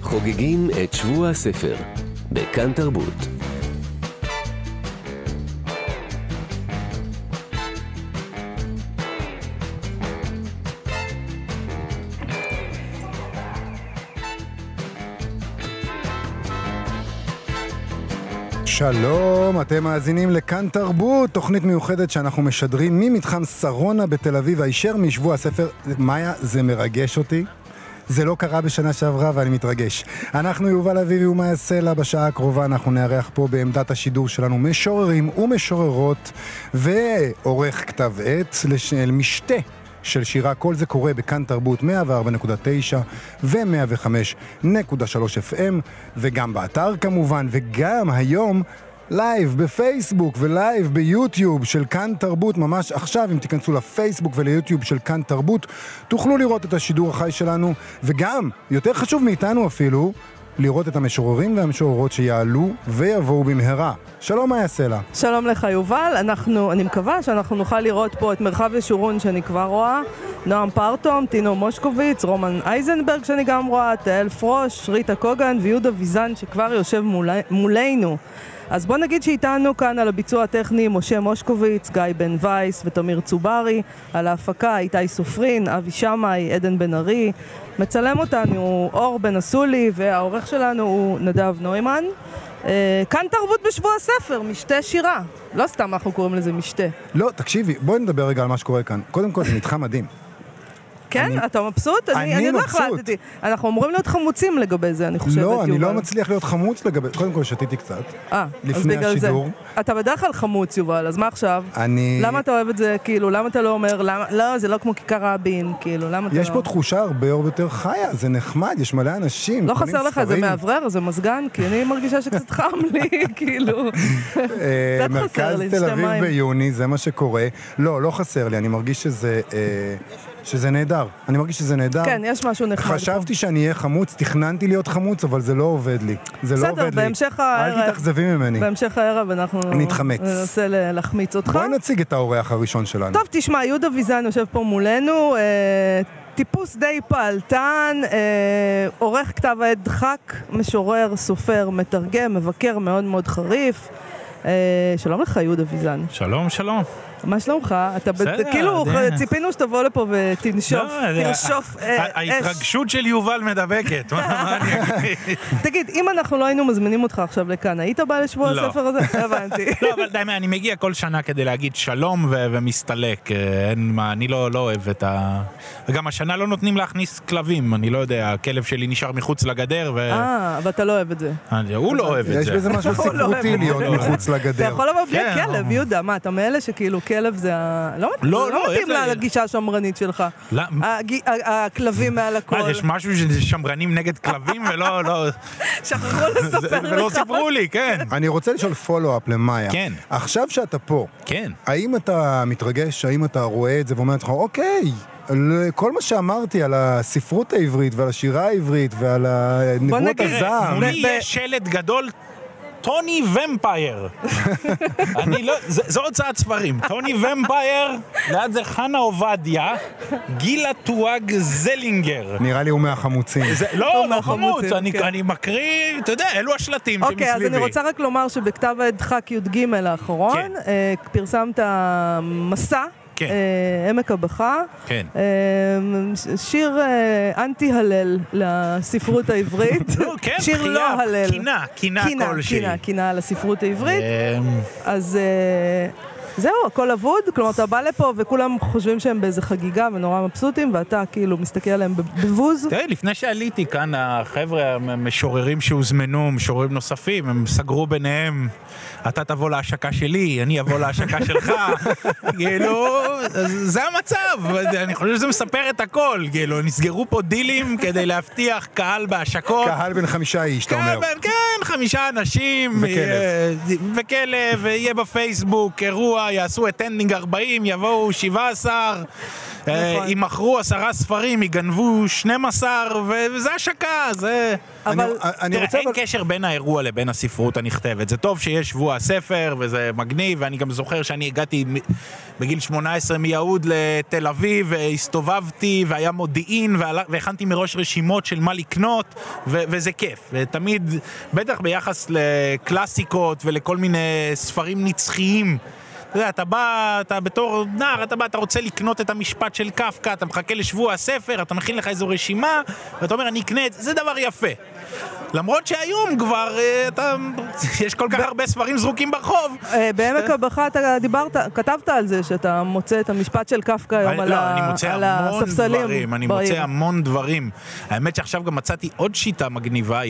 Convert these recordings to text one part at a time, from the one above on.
חוגגים את שבוע הספר בכאן תרבות. שלום, אתם מאזינים לכאן תרבות, תוכנית מיוחדת שאנחנו משדרים ממתחם שרונה בתל אביב, הישר משבוע הספר. מאיה, זה מרגש אותי. זה לא קרה בשנה שעברה ואני מתרגש. אנחנו יובל אביבי ומאיה סלע. בשעה הקרובה אנחנו נארח פה בעמדת השידור שלנו משוררים ומשוררות ועורך כתב עת למשתה של שירה. כל זה קורה בכאן תרבות 104.9 ו-105.3 FM וגם באתר כמובן, וגם היום לייב בפייסבוק ולייב ביוטיוב של כאן תרבות. ממש עכשיו אם תיכנסו לפייסבוק וליוטיוב של כאן תרבות תוכלו לראות את השידור החי שלנו, וגם יותר חשוב מאיתנו אפילו לראות את המשוררים והמשוררות שיעלו ויבואו במהרה. שלום מאיה סלע. שלום לך יובל. אני מקווה שאנחנו נוכל לראות פה את מרחב ישורון שאני כבר רואה, נועם פרטום, טינו מושקוביץ, רומן אייזנברג שאני גם רואה, תאל פרוש, ריטה קוגן ויהודה ויזן שכבר יושב מולנו. אז בוא נגיד שאיתנו כאן על הביצוע הטכני משה מושקוביץ, גיא בן וייס ותמיר צוברי, על ההפקה איתי סופרין, אבי שמאי, עדן בן ארי, מצלם אותנו אור בן אסולי, והעורך שלנו הוא נדב נוימן. כאן תרבות בשבוע הספר, משתה שירה. לא סתם אנחנו קוראים לזה משתה. לא, תקשיבי, בואי נדבר רגע על מה שקורה כאן. קודם כל זה מתחם מדהים. כן? אתה מבסוט? אני מבסוט. אנחנו אמורים להיות חמוצים לגבי זה, אני חושבת. לא, אני לא מצליח להיות חמוץ לגבי... קודם כל שתיתי קצת. לפני השידור. אתה בדרך כלל חמוץ, יובל, אז מה עכשיו? למה אתה אוהב את זה? כאילו, למה אתה לא אומר, לא, זה לא כמו כיכר רבין, כאילו, למה אתה לא... יש פה תחושה הרבה יותר חיה, זה נחמד, יש מלא אנשים. לא חסר לך, זה מעברר, זה מזגן, כי אני מרגישה שקצת חם לי, כאילו. מרכז תל אביב ביוני, זה מה שקורה. לא חסר לי, אני מרגיש שזה נהדר. אני מרגיש שזה נהדר. כן, יש משהו נחמד. חשבתי שאני אהיה חמוץ, תכננתי להיות חמוץ, אבל זה לא עובד לי. זה לא עובד לי. אל תתאכזבי ממני. בהמשך הערב אנחנו ננסה להחמיץ אותך. בואי נציג את האורח הראשון שלנו. טוב, תשמע, יהודה ויזן יושב פה מולנו, טיפוס די פעלתן, עורך כתב עת דחק, משורר, סופר, מתרגם, מבקר מאוד מאוד חריף. שלום לך יהודה ויזן. שלום, שלום. מה שלומך? אתה כאילו ציפינו שתבוא לפה ותנשוף, תרשוף אש. ההתרגשות של יובל מדבקת. תגיד, אם אנחנו לא היינו מזמינים אותך עכשיו לכאן, היית בא לשבוע הספר הזה? הבנתי. לא, אבל די, אני מגיע כל שנה כדי להגיד שלום ומסתלק. אני לא אוהב את ה... וגם השנה לא נותנים להכניס כלבים. אני לא יודע, הכלב שלי נשאר מחוץ לגדר. ואתה לא אוהב את זה. הוא לא אוהב את זה. יש בזה משהו ספרותי להיות מחוץ לגדר. אתה יכול לבוא בלי כלב, יהודה. מה, אתה מאלה שכאילו כלב זה לא מתאים לגישה השמרנית שלך. הכלבים מעל הכל. מה, יש משהו ששמרנים נגד כלבים ולא... שכחו לספר לך. ולא סיפרו לי, כן. אני רוצה לשאול פולו-אפ למאיה. כן. עכשיו שאתה פה, כן. האם אתה מתרגש, האם אתה רואה את זה ואומר לך, אוקיי, כל מה שאמרתי על הספרות העברית ועל השירה העברית ועל נבואות הזעם. יש שלט גדול, טוני ומפייר. אני לא, זו הוצאת ספרים. טוני ומפייר, ליד זה חנה עובדיה, גילה טואג זלינגר. נראה לי הוא מהחמוצים. לא חמוץ, אני מקריא, אתה יודע, אלו השלטים שמסביבי. אוקיי, אז אני רוצה רק לומר שבכתב עת דחק י"ג האחרון, פרסמת מסע, עמק הבכה, שיר אנטי הלל לספרות העברית, שיר לא הלל, קינה לספרות העברית. אז זהו, הכל אבוד, כלומר אתה בא לפה וכולם חושבים שהם באיזה חגיגה ונורא מבסוטים, ואתה כאילו מסתכל עליהם בבוז. תראי, לפני שעליתי כאן, החבר'ה המשוררים שהוזמנו, משוררים נוספים, הם סגרו ביניהם, אתה תבוא להשקה שלי, אני אבוא להשקה שלך, כאילו, זה המצב, אני חושב שזה מספר את הכל, כאילו, נסגרו פה דילים כדי להבטיח קהל בהשקות. קהל בין 5 איש, אתה אומר. כן, 5 אנשים. וכלב, יהיה בפייסבוק, אירוע, יעשו את אנדינג 40, יבואו 17, אם מכרו 10 ספרים, יגנבו 12, וזה השקה, זה... אבל... אין קשר בין האירוע לבין הספרות הנכתבת. זה טוב שיש שבוע הספר, וזה מגניב, ואני גם זוכר שאני הגעתי בגיל 18 מיהוד לתל אביב, והסתובבתי, והיה מודיעין, והכנתי מראש רשימות של מה לקנות, וזה כיף. ותמיד, בטח ביחס לקלאסיקות ולכל מיני ספרים נצחיים, אתה יודע, אתה בתור נער, אתה רוצה לקנות את המשפט של קפקא, אתה מחכה לשבוע הספר, אתה מכין לך איזו רשימה, ואתה אומר, אני אקנה את זה, זה דבר יפה. למרות שהיום כבר, יש כל כך הרבה ספרים זרוקים ברחוב. בעמק הבכה אתה כתבת על זה, שאתה מוצא את המשפט של קפקא היום על הספסלים. אני מוצא המון דברים. האמת שעכשיו גם מצאתי עוד שיטה מגניבה,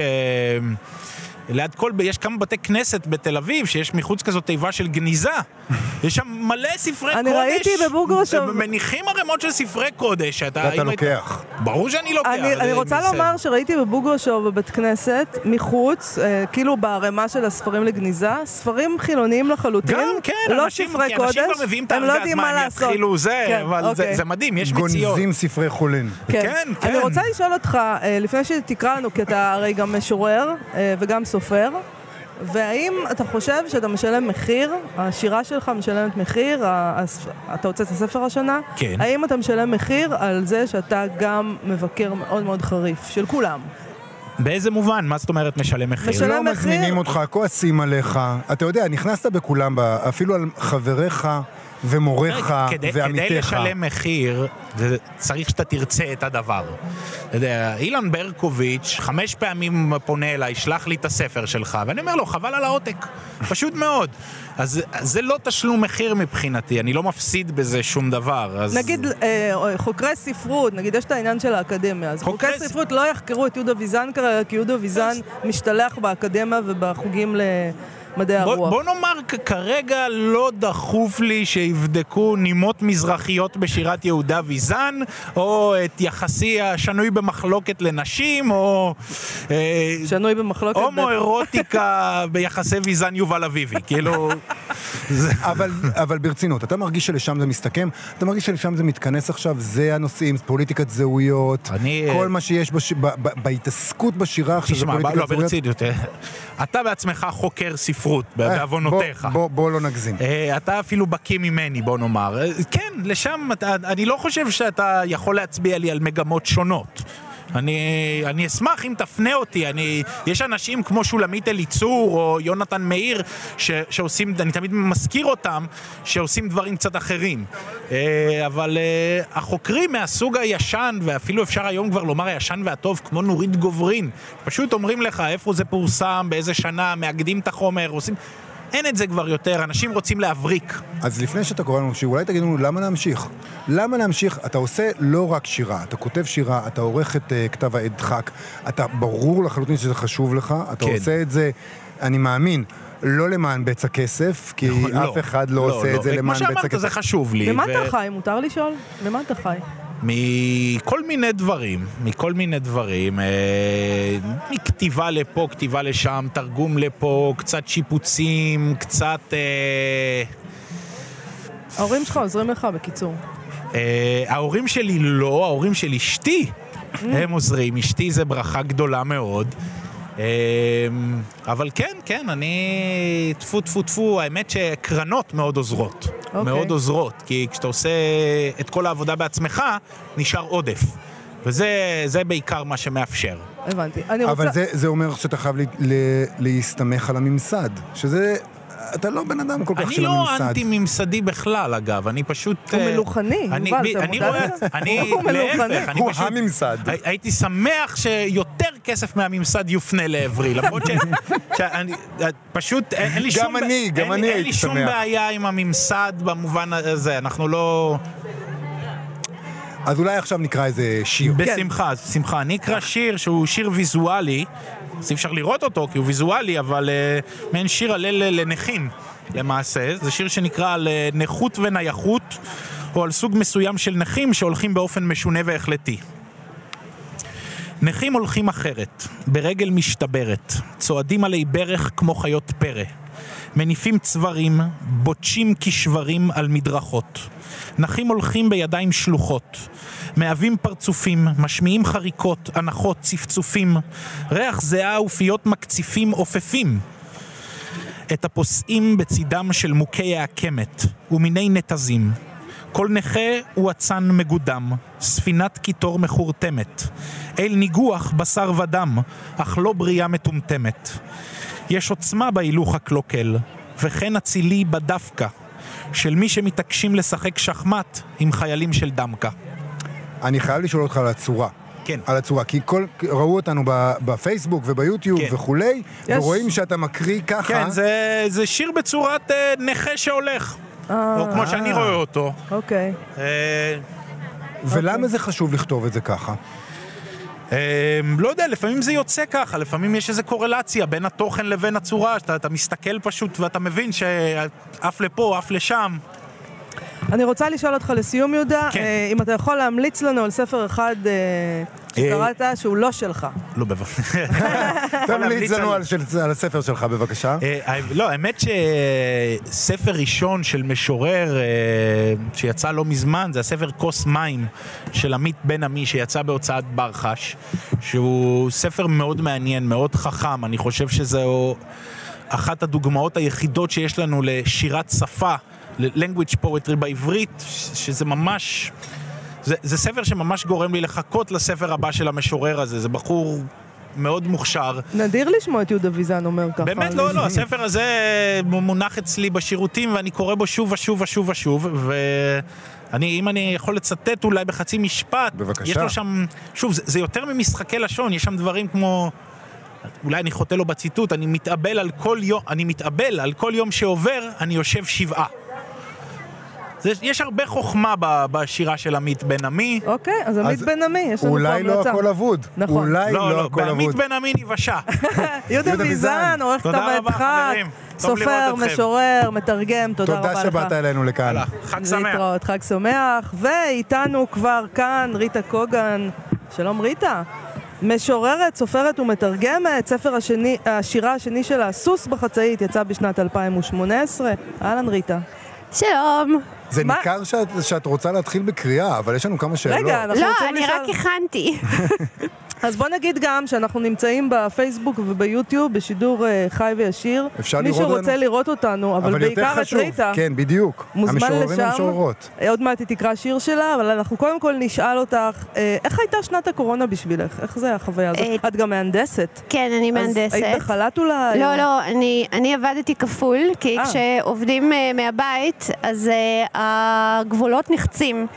יש כמה בתי כנסת בתל אביב, שיש מחוץ כזאת תיבה של גניזה. יש שם מלא ספרי קודש. אני ראיתי בבוגרשוב. מניחים ערימות של ספרי קודש. ואתה לוקח. ברור שאני לוקח. אני רוצה לומר שראיתי בבוגרשוב בבית כנסת, מחוץ, כאילו בערימה של הספרים לגניזה, ספרים חילוניים לחלוטין. גם, כן. לא ספרי קודש. הם לא יודעים מה לעשות. אבל זה מדהים, יש מציאות. גונזים ספרי חולין. כן. אני רוצה לשאול אותך, לפני שתקרא לנו, כי אתה הרי גם משורר וגם סופר, והאם אתה חושב שאתה משלם מחיר, השירה שלך משלמת מחיר, אתה הוצאת הספר השנה, כן. האם אתה משלם מחיר על זה שאתה גם מבקר מאוד מאוד חריף, של כולם? באיזה מובן? מה זאת אומרת משלם מחיר? לא מזמינים אותך, כועסים עליך, אתה יודע, נכנסת בכולם, אפילו על חבריך ומוריך ועמיתיך. כדי לשלם מחיר, צריך שאתה תרצה את הדבר. אתה יודע, אילן ברקוביץ' 5 פעמים פונה אליי, שלח לי את הספר שלך, ואני אומר לו, חבל על העותק, פשוט מאוד. אז זה לא תשלום מחיר מבחינתי, אני לא מפסיד בזה שום דבר. נגיד, חוקרי ספרות, נגיד יש את העניין של האקדמיה, אז חוקרי ספרות לא יחקרו את יהודה ויזן כרגע, כי יהודה ויזן משתלח באקדמיה ובחוגים מדעי הרוח. בוא נאמר, כרגע לא דחוף לי שיבדקו נימות מזרחיות בשירת יהודה ויזן, או את יחסי השנוי במחלוקת לנשים, או שנוי במחלוקת הומואירוטיקה ביחסי ויזן יובל אביבי, כאילו... אבל ברצינות, אתה מרגיש שלשם זה מסתכם? אתה מרגיש שלשם זה מתכנס עכשיו? זה הנושאים, פוליטיקת זהויות, כל מה שיש בהתעסקות בשירה עכשיו, זה פוליטיקת זהויות? לא, ברצינות, אתה בעצמך חוקר ספרות, בעוונותיך. בוא לא נגזים. אתה אפילו בקיא ממני, בוא נאמר. כן, לשם, אני לא חושב שאתה יכול להצביע לי על מגמות שונות. אני אשמח אם תפנה אותי. יש אנשים כמו שולמית אליצור או יונתן מאיר שעושים, אני תמיד מזכיר אותם, שעושים דברים קצת אחרים. אבל החוקרים מהסוג הישן, ואפילו אפשר היום כבר לומר הישן והטוב, כמו נורית גוברין, פשוט אומרים לך איפה זה פורסם, באיזה שנה, מאגדים את החומר, עושים... אין את זה כבר יותר, אנשים רוצים להבריק. אז לפני שאתה קורא לנו שיר, אולי תגידו לנו, למה להמשיך? למה להמשיך? אתה עושה לא רק שירה, אתה כותב שירה, אתה עורך את כתב העד דחק, אתה ברור לחלוטין שזה חשוב לך, אתה עושה את זה, אני מאמין, לא למען בצע כסף, כי אף אחד לא עושה את זה למען בצע כסף. כמו שאמרת, זה חשוב לי. במה אתה חי? מותר לשאול? במה אתה חי? מכל מיני דברים, מכתיבה לפה, כתיבה לשם, תרגום לפה, קצת שיפוצים, קצת... ההורים שלך עוזרים לך בקיצור. ההורים שלי לא, ההורים של אשתי, הם עוזרים, אשתי זה ברכה גדולה מאוד. אבל כן, אני טפו, האמת שקרנות מאוד עוזרות. מאוד עוזרות, כי כשאתה עושה את כל העבודה בעצמך, נשאר עודף. וזה בעיקר מה שמאפשר. הבנתי. אבל זה אומר שאתה חייב להסתמך על הממסד, שזה... אתה לא בן אדם כל כך של הממסד. אני לא אנטי-ממסדי בכלל, אגב. אני פשוט... הוא מלוכני. אני רואה... הוא מלוכני. הוא הממסד. הייתי שמח שיותר כסף מהממסד יופנה לעברי, למרות פשוט אין לי שום... גם אני הייתי שמח. אין לי שום בעיה עם הממסד במובן הזה. אנחנו לא... אז אולי עכשיו נקרא איזה שיר. בשמחה. אני אקרא שיר שהוא שיר ויזואלי. אז אי אפשר לראות אותו כי הוא ויזואלי, אבל מעין שיר הלל לנכים למעשה. זה שיר שנקרא על נכות ונייחות, או על סוג מסוים של נכים שהולכים באופן משונה והחלטי. נכים הולכים אחרת, ברגל משתברת, צועדים עלי ברך כמו חיות פרא. מניפים צברים, בוטשים כשברים על מדרכות. נחים הולכים בידיים שלוחות, מהווים פרצופים, משמיעים חריקות, הנחות, צפצופים, ריח זהה ופיות מקציפים עופפים. את הפוסעים בצידם של מוכי העקמת ומיני נתזים. כל נכה הוא עצן מגודם, ספינת קיטור מחורתמת, אל ניגוח בשר ודם, אך לא בריאה מטומטמת. יש עוצמה בהילוך הקלוקל, וכן אצילי בדווקא, של מי שמתעקשים לשחק שחמט עם חיילים של דמקה. אני חייב לשאול אותך על הצורה. כן. על הצורה, כי ראו אותנו בפייסבוק וביוטיוב כן. וכולי, ורואים שאתה מקריא ככה. כן, זה שיר בצורת נכה שהולך. או כמו שאני רואה אותו. אוקיי. ולמה זה חשוב לכתוב את זה ככה? לא יודע, לפעמים זה יוצא ככה, לפעמים יש איזו קורלציה בין התוכן לבין הצורה, שאתה מסתכל פשוט ואתה מבין שאף לפה, אף לשם. אני רוצה לשאול אותך לסיום, יהודה, כן. אם אתה יכול להמליץ לנו על ספר אחד שקראת שהוא לא שלך. לא, בבקשה. תמליץ לנו על הספר שלך, בבקשה. לא, האמת שספר ראשון של משורר שיצא לא מזמן, זה הספר כוס מים של עמית בן עמי, שיצא בהוצאת ברחש, שהוא ספר מאוד מעניין, מאוד חכם. אני חושב שזו אחת הדוגמאות היחידות שיש לנו לשירת שפה, ל-language poetry בעברית, שזה ממש... זה ספר שממש גורם לי לחכות לספר הבא של המשורר הזה. זה בחור מאוד מוכשר. נדיר לשמוע את יהודה ויזן אומר ככה. באמת לא, הספר הזה מונח אצלי בשירותים, ואני קורא בו שוב ושוב ושוב ושוב, אם אני יכול לצטט אולי בחצי משפט, בבקשה. יש לו שם, שוב, זה יותר ממשחקי לשון, יש שם דברים כמו, אולי אני חוטא לו בציטוט, אני מתאבל על כל יום שעובר, אני יושב 7. יש הרבה חוכמה בשירה של עמית בן עמי. אוקיי, אז עמית בן עמי, יש לנו פה אולי לא המלצה. הכל אבוד. נכון. אולי לא הכל בעמית אבוד. בן עמי נבשה. יהודה ויזן, עורך כתב תודה רבה, הדחק, חברים. טוב סופר, לראות אתכם. משורר, מתרגם, תודה רבה לך. תודה שבאת אלינו לכאן. חג שמח. להתראות, חג שמח. ואיתנו כבר כאן ריטה קוגן. שלום ריטה. משוררת, סופרת ומתרגמת. ספר השירה השני שלה, סוס בחצאית, יצא בשנת 2018. אהלן ריטה. שלום. זה ניכר שאת רוצה להתחיל בקריאה, אבל יש לנו כמה שאלות. רגע, אנחנו לא, רוצים אני לשאול... רק הכנתי. אז בוא נגיד גם שאנחנו נמצאים בפייסבוק וביוטיוב בשידור חי וישיר. אפשר לראות מישהו לנו? רוצה לראות אותנו, אבל בעיקר את ריטה. כן, בדיוק. מוזמן המשוררים לשם. והמשוררות. עוד מעט היא תקרא שיר שלה, אבל אנחנו קודם כל נשאל אותך, איך הייתה שנת הקורונה בשבילך? איך זה החוויה הזאת? את גם מהנדסת. כן, אני מהנדסת. אז היית בחל"ת אולי? לא, אני עבדתי כפול, כי כשעובדים מהבית, אז הגבולות נחצים.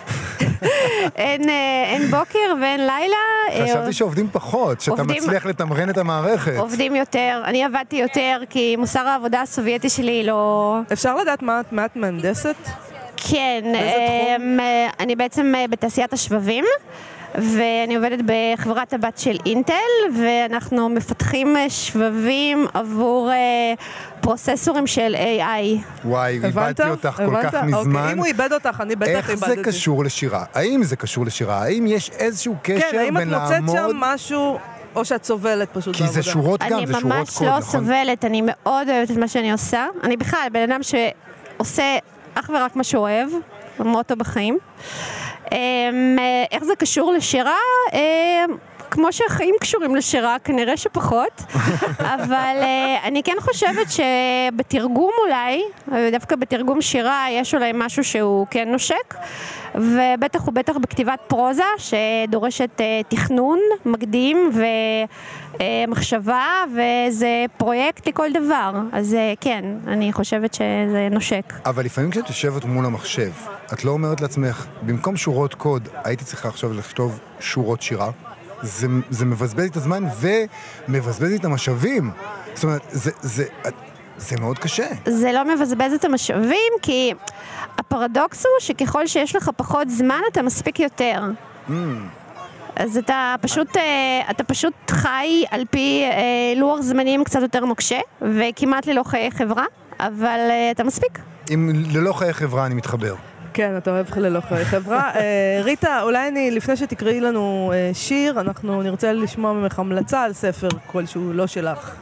אין בוקר ואין לילה. חשבתי שעובדים פחות, שאתה מצליח לתמרן את המערכת. עובדים יותר. אני עבדתי יותר, כי מוסר העבודה הסובייטי שלי לא... אפשר לדעת מה את מהנדסת? כן. באיזה תחום? אני בעצם בתעשיית השבבים. ואני עובדת בחברת הבת של אינטל, ואנחנו מפתחים שבבים עבור פרוססורים של AI. וואי, איבדתי אותך כל כך מזמן. אוקיי, אם הוא איבד אותך, אני בטח איבדתי. איך זה קשור לשירה? האם זה קשור לשירה? האם יש איזשהו קשר כן, האם את בין מוצאת לעמוד... שם משהו, או שאת סובלת פשוט כי בעבודה? זה שורות גם, זה שורות קוד, אני ממש לא סובלת, אני מאוד אוהבת את מה שאני עושה. אני בכלל בן אדם שעושה אך ורק מה שהוא אוהב, מוטו בחיים. איך זה קשור לשירה? כמו שהחיים קשורים לשירה, כנראה שפחות, אבל אני כן חושבת שבתרגום אולי, דווקא בתרגום שירה, יש אולי משהו שהוא כן נושק, ובטח ובטח בכתיבת פרוזה, שדורשת תכנון מקדים ומחשבה, וזה פרויקט לכל דבר. אז כן, אני חושבת שזה נושק. אבל לפעמים כשאת יושבת מול המחשב, את לא אומרת לעצמך, במקום שורות קוד, הייתי צריכה עכשיו לכתוב שורות שירה? זה מבזבז את הזמן ומבזבז את המשאבים. זאת אומרת, זה מאוד קשה. זה לא מבזבז את המשאבים, כי הפרדוקס הוא שככל שיש לך פחות זמן, אתה מספיק יותר. אז אתה פשוט חי על פי לוח זמנים קצת יותר נוקשה, וכמעט ללא חיי חברה, אבל אתה מספיק. אם ללא חיי חברה אני מתחבר. כן, אתה אוהב ללא חיי חברה. ריטה, אולי לפני שתקראי לנו שיר, אנחנו נרצה לשמוע ממך המלצה על ספר כלשהו לא שלך.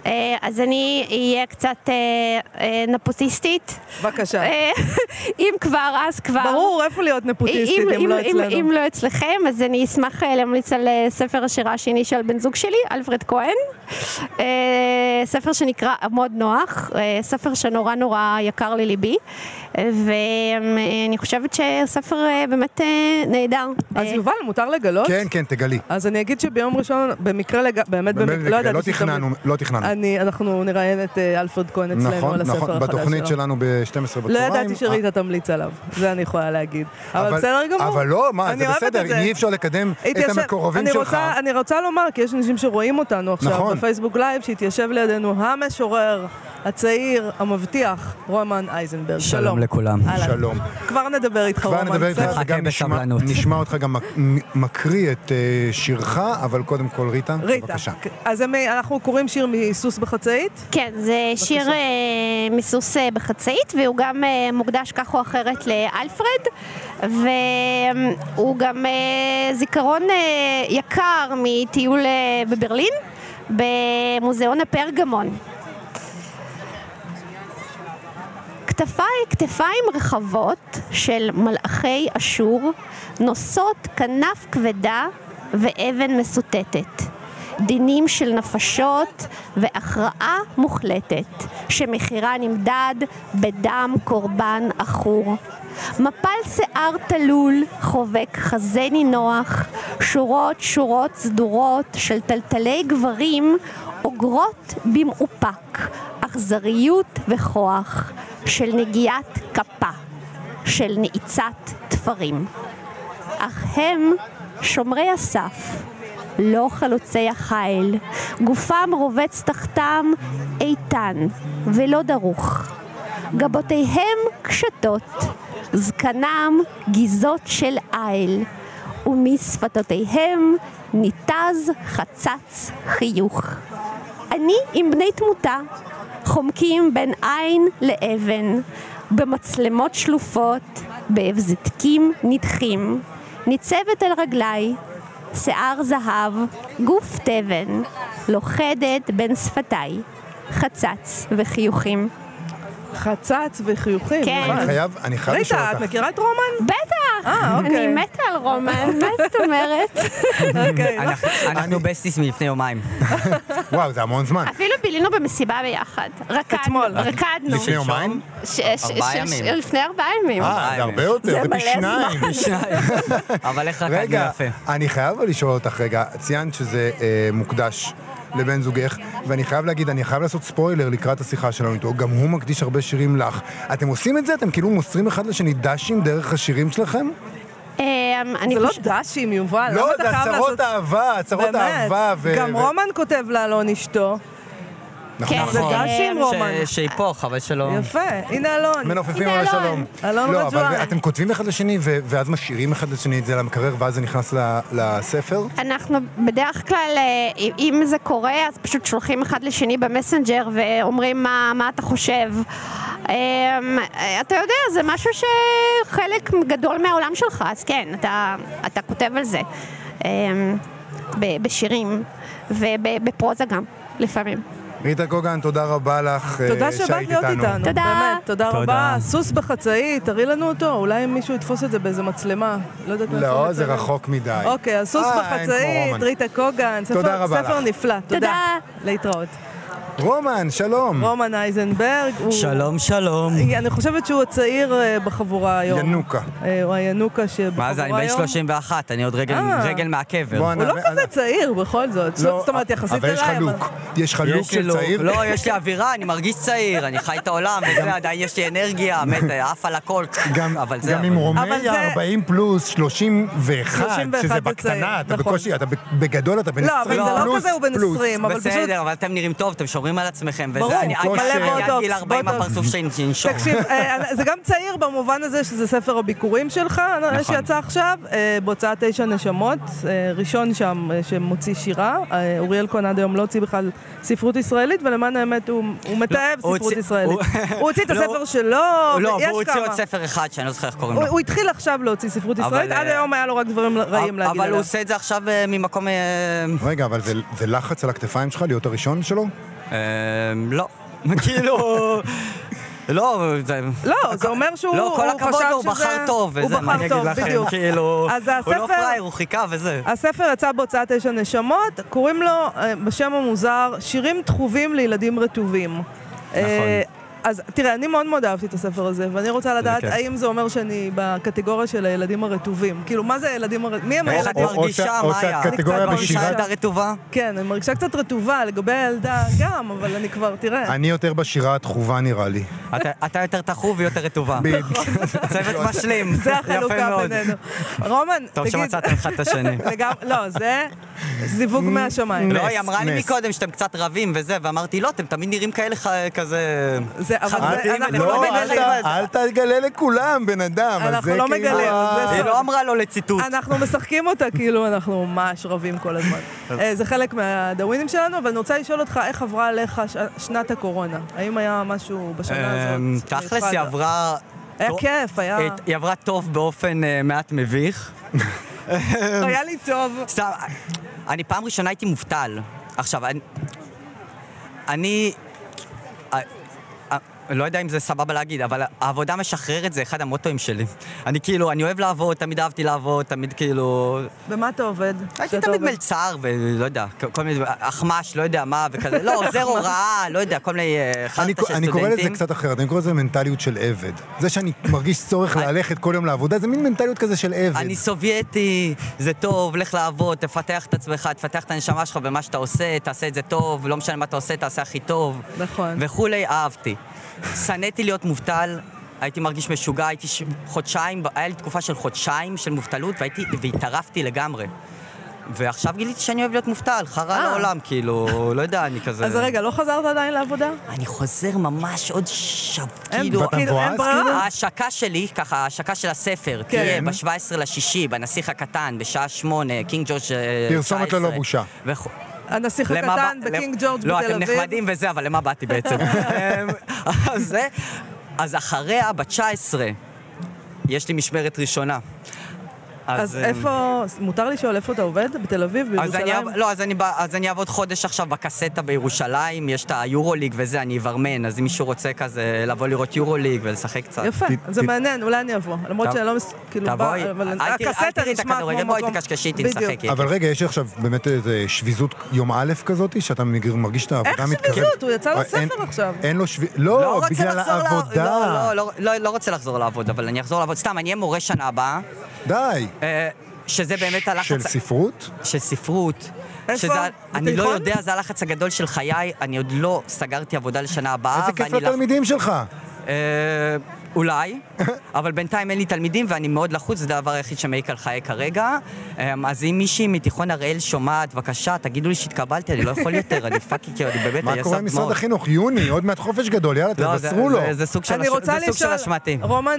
אז אני אהיה קצת נפוטיסטית. בבקשה. אם כבר, אז כבר. ברור, איפה להיות נפוטיסטית אם לא אצלנו. אם לא אצלכם, אז אני אשמח להמליץ על ספר השירה השני של בן זוג שלי, אלפרד כהן. ספר שנקרא עמוד נוח, ספר שנורא נורא יקר לליבי, ואני חושבת שספר באמת נהדר. אז יובל, מותר לגלות? כן, כן, תגלי. אז אני אגיד שביום ראשון, במקרה באמת לא תכננו. אנחנו נראיין את אלפרד כהן אצלנו על הספר החדש שלו. נכון, בתוכנית שלנו ב-12 בצהריים. לא ידעתי שריטה תמליץ עליו, זה אני יכולה להגיד. אבל בסדר גמור. אבל לא, מה, זה בסדר, אם אי אפשר לקדם את המקורבים שלך. אני רוצה לומר, כי יש אנשים שרואים אותנו עכשיו בפייסבוק לייב, שהתיישב לידינו המשורר, הצעיר, המבטיח, רומן אייזנברג. שלום לכולם. שלום. כבר נדבר איתך, רומן. כבר נדבר איתך, וגם נשמע אותך גם מקריא את שירך, אבל קודם כל ריטה, בבקשה. אז אנחנו קוראים שיר מסוס בחצאית? כן, זה שיר מסוס בחצאית, והוא גם מוקדש כך או אחרת לאלפרד, והוא גם זיכרון יקר מטיול בברלין, במוזיאון הפרגמון. כתפיים רחבות של מלאכי אשור נושאות כנף כבדה ואבן מסוטטת. דינים של נפשות והכרעה מוחלטת, שמחירה נמדד בדם קורבן אחור. מפל שיער תלול, חובק חזה נינוח, שורות סדורות של טלטלי גברים, אוגרות במאופק, אכזריות וכוח, של נגיעת כפה, של נעיצת תפרים. אך הם שומרי הסף, לא חלוצי החיל, גופם רובץ תחתם איתן ולא דרוך. גבותיהם קשתות, זקנם גיזות של איל, ומשפתותיהם ניתז חצץ חיוך. אני עם בני תמותה, חומקים בין עין לאבן, במצלמות שלופות, בהבזתקים נדחים, ניצבת על רגליי, שיער זהב, גוף תבן, לוכדת בין שפתיי, חצץ וחיוכים. חצץ וחיוכים? כן. אני חייב לשאול אותך. ריטה, את מכירה את רומן? בטח! אני מתה על רומן, מה זאת אומרת? אנחנו בסטיס מלפני יומיים. וואו, זה המון זמן. אפילו בילינו במסיבה ביחד. רקדנו. לפני יומיים? 4 ימים. לפני 4 ימים. זה הרבה יותר, זה בשניים. אבל איך רקדנו יפה. אני חייב לשאול אותך רגע, ציינת שזה מוקדש לבן זוגך, ואני חייב להגיד, אני חייב לעשות ספוילר לקראת השיחה שלנו איתו, גם הוא מקדיש הרבה שירים לך. אתם עושים את זה? אתם כאילו מוסרים אחד לשני דשים דרך השירים שלכם? זה לא דשים, יובל. לא, זה הצהרות אהבה, הצהרות אהבה. גם רומן כותב לאלון אשתו. נכון. זה דשים, רומן. שיפוך, אבל שלום. יפה, הנה אלון. מנופפים על השלום. אלון רג'ואן. לא, אבל אתם כותבים אחד לשני, ואז משאירים אחד לשני את זה למקרר, ואז זה נכנס לספר? אנחנו בדרך כלל, אם זה קורה, אז פשוט שולחים אחד לשני במסנג'ר, ואומרים מה אתה חושב. אתה יודע, זה משהו שחלק גדול מהעולם שלך, אז כן, אתה כותב על זה. בשירים, ובפרוזה גם, לפעמים. ריטה קוגן, תודה רבה לך תודה שבאת להיות איתנו. תודה. באמת, תודה רבה. סוס בחצאית, תראי לנו אותו, אולי מישהו יתפוס את זה באיזה מצלמה. לא יודעת מאיפה לא, זה רחוק מדי. אוקיי, אז סוס בחצאית, ריטה קוגן, ספר נפלא. תודה. להתראות. רומן, שלום. רומן אייזנברג. שלום, שלום. אני חושבת שהוא הצעיר בחבורה היום. ינוקה. הוא הינוקה שבחבורה היום. מה זה, אני בן 31, אני עוד רגל מהקבר. הוא לא כזה צעיר בכל זאת. זאת אומרת, יחסית אליי. אבל יש חלוק. יש חלוק של צעיר? לא, יש לי אווירה, אני מרגיש צעיר, אני חי את העולם, וזה, עדיין יש לי אנרגיה, עף על הכל. גם עם רומי 40 פלוס 31, שזה בקטנה, אתה בקושי, אתה בגדול, אתה בן 20 פלוס. לא, אבל זה לא כזה, הוא בן 20, אבל פשוט... בסדר, אבל אתם נרים טוב, אתם שומרים על עצמכם, ברור, אני עד גיל 40 הפרצוף שינשום. תקשיב, זה גם צעיר במובן הזה שזה ספר הביקורים שלך, שיצא עכשיו, בהוצאת 9 נשמות, ראשון שם שמוציא שירה, אוריאל כהן עד היום לא הוציא בכלל ספרות ישראלית, ולמען האמת הוא מתאהב ספרות ישראלית. הוא הוציא את הספר שלו, לא, הוא הוציא עוד ספר אחד שאני לא זוכר איך קוראים לו. הוא התחיל עכשיו להוציא ספרות ישראלית, עד היום היה לו רק דברים רעים להגיד עליו. אבל הוא עושה את זה עכשיו ממקום... רגע, אבל זה לחץ על הכתפיים שלך להיות הראשון שלו? לא. כאילו... לא, זה אומר שהוא לא, כל הכבוד לו, הוא בחר טוב, וזה, מה אני אגיד לכם, בדיוק. כאילו, אז הוא לא פרייר, הוא חיכה וזה. הספר יצא בהוצאת 9 נשמות, קוראים לו, בשם המוזר, שירים תחובים לילדים רטובים. נכון. אז תראה, אני מאוד מאוד אהבתי את הספר הזה, ואני רוצה לדעת כיף. האם זה אומר שאני בקטגוריה של הילדים הרטובים. כאילו, מה זה הילדים הרטובים? מי הם איך הילדים? את מרגישה, או מאיה? שהקטגוריה את מרגישה בשירה- ילדה רטובה? כן, אני מרגישה קצת רטובה, לגבי הילדה גם, אבל אני כבר, תראה. אני יותר בשירה התחובה נראה לי. אתה יותר תחוב ויותר רטובה. צוות משלים. זה יפה החלוקה מאוד. בינינו. רומן, טוב תגיד... שמצאתם אחד את השני. לא, זה זיווג מהשמיים. לא, היא אמרה לי נס. מקודם שאתם קצת רבים וזה, ואמרתי, לא, אתם תמיד נראים כאלה כזה... אבל חמודים, אנחנו לא, לא לא, מגלים. אל תגלה לכולם, בן אדם. אז אנחנו זה לא כאילו מגלים, ה- זה היא לא אמרה לו לציטוט. אנחנו משחקים אותה כאילו אנחנו ממש רבים כל הזמן. זה חלק מהדאווינים שלנו, אבל אני רוצה לשאול אותך איך עברה עליך שנת הקורונה? האם היה משהו בשנה הזאת? תכלס היא עברה... היה כיף, היה... היא עברה טוב באופן מעט מביך. היה לי טוב. סתם, אני פעם ראשונה הייתי מובטל. עכשיו, אני לא יודע אם זה סבבה להגיד, אבל העבודה משחררת זה אחד המוטואים שלי. אני כאילו, אני אוהב לעבוד, תמיד אהבתי לעבוד, תמיד כאילו... במה אתה עובד? הייתי תמיד מלצר, ולא יודע, כל מיני, אחמש, לא יודע מה, וכזה, לא, עוזר הוראה, לא יודע, כל מיני חרטה של אני קורא לזה סטודנטים. קצת אחרת, אני קורא לזה מנטליות של עבד. זה שאני מרגיש צורך ללכת כל יום לעבודה, זה מין מנטליות כזה של עבד. אני סובייטי, זה טוב, לך לעבוד, תפתח את עצמך, תפתח את הנשמה שלך במה שאתה עושה, תעשה את זה טוב, לא משנה מה אתה עושה, תעשה הכי טוב. נכון. וכולי, אהבתי. שנאתי להיות מובטל, הייתי מרגיש משוגע, הייתי חודשיים, היה לי תקופה של חודשיים של מובטלות, והתערפתי לגמרי. ועכשיו גיליתי שאני אוהב להיות מובטל, חרא לעולם, כאילו, לא יודע, אני כזה... אז רגע, לא חזרת עדיין לעבודה? אני חוזר ממש עוד כאילו... ואתה מבואס, אין ברירה? ההשקה שלי, ככה, ההשקה של הספר, תהיה ב-17/6, בנסיך הקטן, בשעה 8, קינג ג'ורג' 19. פרסומת ללא בושה. הנסיך הקטן בקינג ג'ורג' בתל אביב. לא, אתם נחמדים וזה, אבל למה באתי בעצם? אז אחריה, ב-19, יש לי משמרת ראשונה. אז איפה, מותר לשאול איפה אתה עובד? בתל אביב, בירושלים? לא, אז אני אעבוד חודש עכשיו בקסטה בירושלים, יש את היורוליג וזה, אני אברמן, אז אם מישהו רוצה כזה לבוא לראות יורוליג ולשחק קצת. יפה, זה מעניין, אולי אני אבוא. למרות שאני לא כאילו תבואי, הקסטה אל תראי את נשמע הכדורגל, כמו בואי מקום. תקשקשי איתי, בדיוק. נשחק. אבל רגע, יש עכשיו באמת איזה שביזות יום א' כזאת, שאתה מרגיש את העבודה איך מתקרבת? שביזות? הוא יצא לספר עכשיו. אין לו לא, רוצה בגלל לחזור העבודה. לא רוצה לחזור לעבוד, אבל אני אחזור לעבוד. סתם, אני אהיה מורה שנה הבאה. די. שזה באמת הלחץ... של ספרות? של ספרות. איפה? אני לא בתיכון? יודע, זה הלחץ הגדול של חיי, אני עוד לא סגרתי עבודה לשנה הבאה. איזה כיף לתלמידים שלך. אולי, אבל בינתיים אין לי תלמידים ואני מאוד לחוץ, זה הדבר היחיד שמעיק על חיי כרגע. אז אם מישהי מתיכון הראל שומעת, בבקשה, תגידו לי שהתקבלתי, אני לא יכול יותר, אני פאקינג, אני באמת, מה קורה עם משרד החינוך? יוני, עוד מעט חופש גדול, יאללה, תבשרו לו. זה סוג של אני רוצה לשאול, אשמתי. רומן,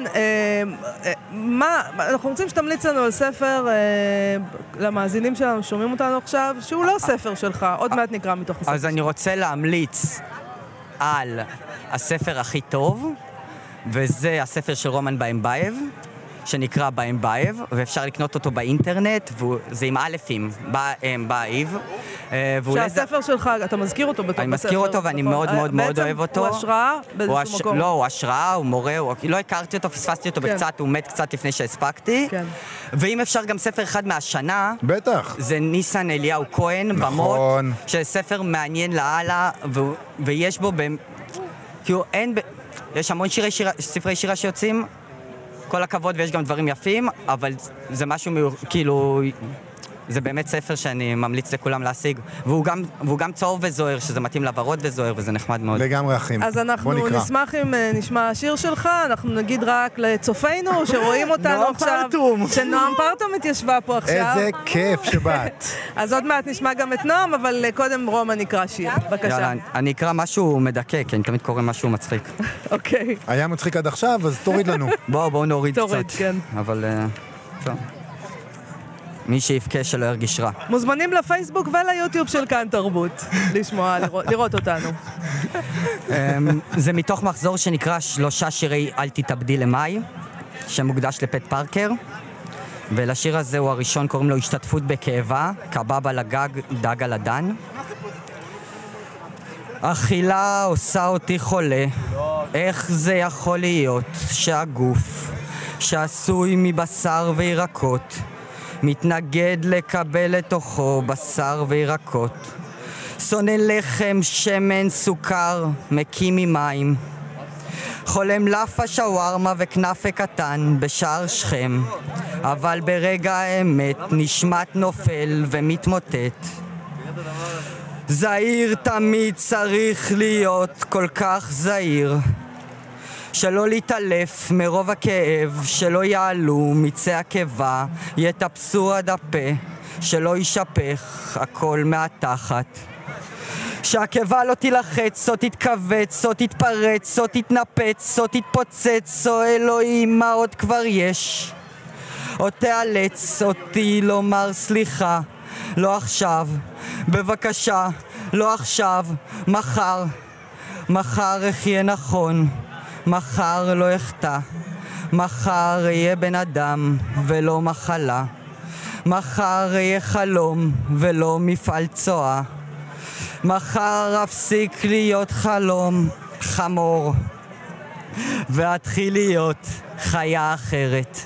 אנחנו רוצים שתמליץ לנו על ספר למאזינים שלנו, שומעים אותנו עכשיו, שהוא לא ספר שלך, עוד מעט נקרא מתוך הספר. אז אני רוצה להמליץ על הספר הכי טוב, וזה הספר של רומן באמבייב, שנקרא באמבייב, ואפשר לקנות אותו באינטרנט, וזה עם אלפים, באמבייב. שהספר שלך, אתה מזכיר אותו בתוך הספר. אני מזכיר אותו ואני מאוד מאוד מאוד אוהב אותו. בעצם הוא השראה באיזשהו מקום. לא, הוא השראה, הוא מורה, לא הכרתי אותו, פספסתי אותו בקצת, הוא מת קצת לפני שהספקתי. ואם אפשר גם ספר אחד מהשנה, בטח. זה ניסן אליהו כהן, במות, שספר מעניין לאללה, ויש בו, כאילו אין... יש המון ספרי שירה שיוצאים, כל הכבוד ויש גם דברים יפים, אבל זה משהו כאילו... זה באמת ספר שאני ממליץ לכולם להשיג, והוא גם צהוב וזוהר, שזה מתאים לוורוד וזוהר, וזה נחמד מאוד. לגמרי אחים. אז אנחנו נשמח אם נשמע השיר שלך, אנחנו נגיד רק לצופינו שרואים אותנו עכשיו, שנועם פרטום התיישבה פה עכשיו. איזה כיף שבאת. אז עוד מעט נשמע גם את נועם, אבל קודם רומן נקרא שיר, בבקשה. יאללה, אני אקרא משהו מדכא, כי אני תמיד קורא משהו מצחיק. אוקיי. היה מצחיק עד עכשיו, אז תוריד לנו. בואו נוריד קצת. תוריד, כן. אבל... מי שיבכה שלא ירגיש רע. מוזמנים לפייסבוק וליוטיוב של כאן תרבות, לשמוע, לראות אותנו. זה מתוך מחזור שנקרא 3 שירי אל תתאבדי למאי, שמוקדש לפט פארקר, ולשיר הזה הוא הראשון, קוראים לו השתתפות בכאבה, קבב על הגג, דג על הדן. אכילה עושה אותי חולה. איך זה יכול להיות שהגוף שעשוי מבשר וירקות מתנגד לקבל לתוכו בשר וירקות? שונא לחם, שמן, סוכר, מקים ממים. חולם לאפה, שווארמה וכנאפה קטן בשער שכם, אבל ברגע האמת נשמט נופל ומתמוטט. זהיר תמיד צריך להיות כל כך זהיר, שלא להתעלף מרוב הכאב, שלא יעלו מיצי הקיבה, יטפסו עד הפה, שלא יישפך הכל מהתחת. שהקיבה לא תילחץ, או תתכווץ, או תתפרץ, או תתנפץ, או תתפוצץ, או אלוהים, מה עוד כבר יש? או תיאלץ אותי לומר סליחה, לא עכשיו, בבקשה, לא עכשיו, מחר. מחר אחיה נכון, מחר לא אחטא, מחר אהיה בן אדם ולא מחלה, מחר אהיה חלום ולא מפעל צואה, מחר אפסיק להיות חלום חמור ואתחיל להיות חיה אחרת.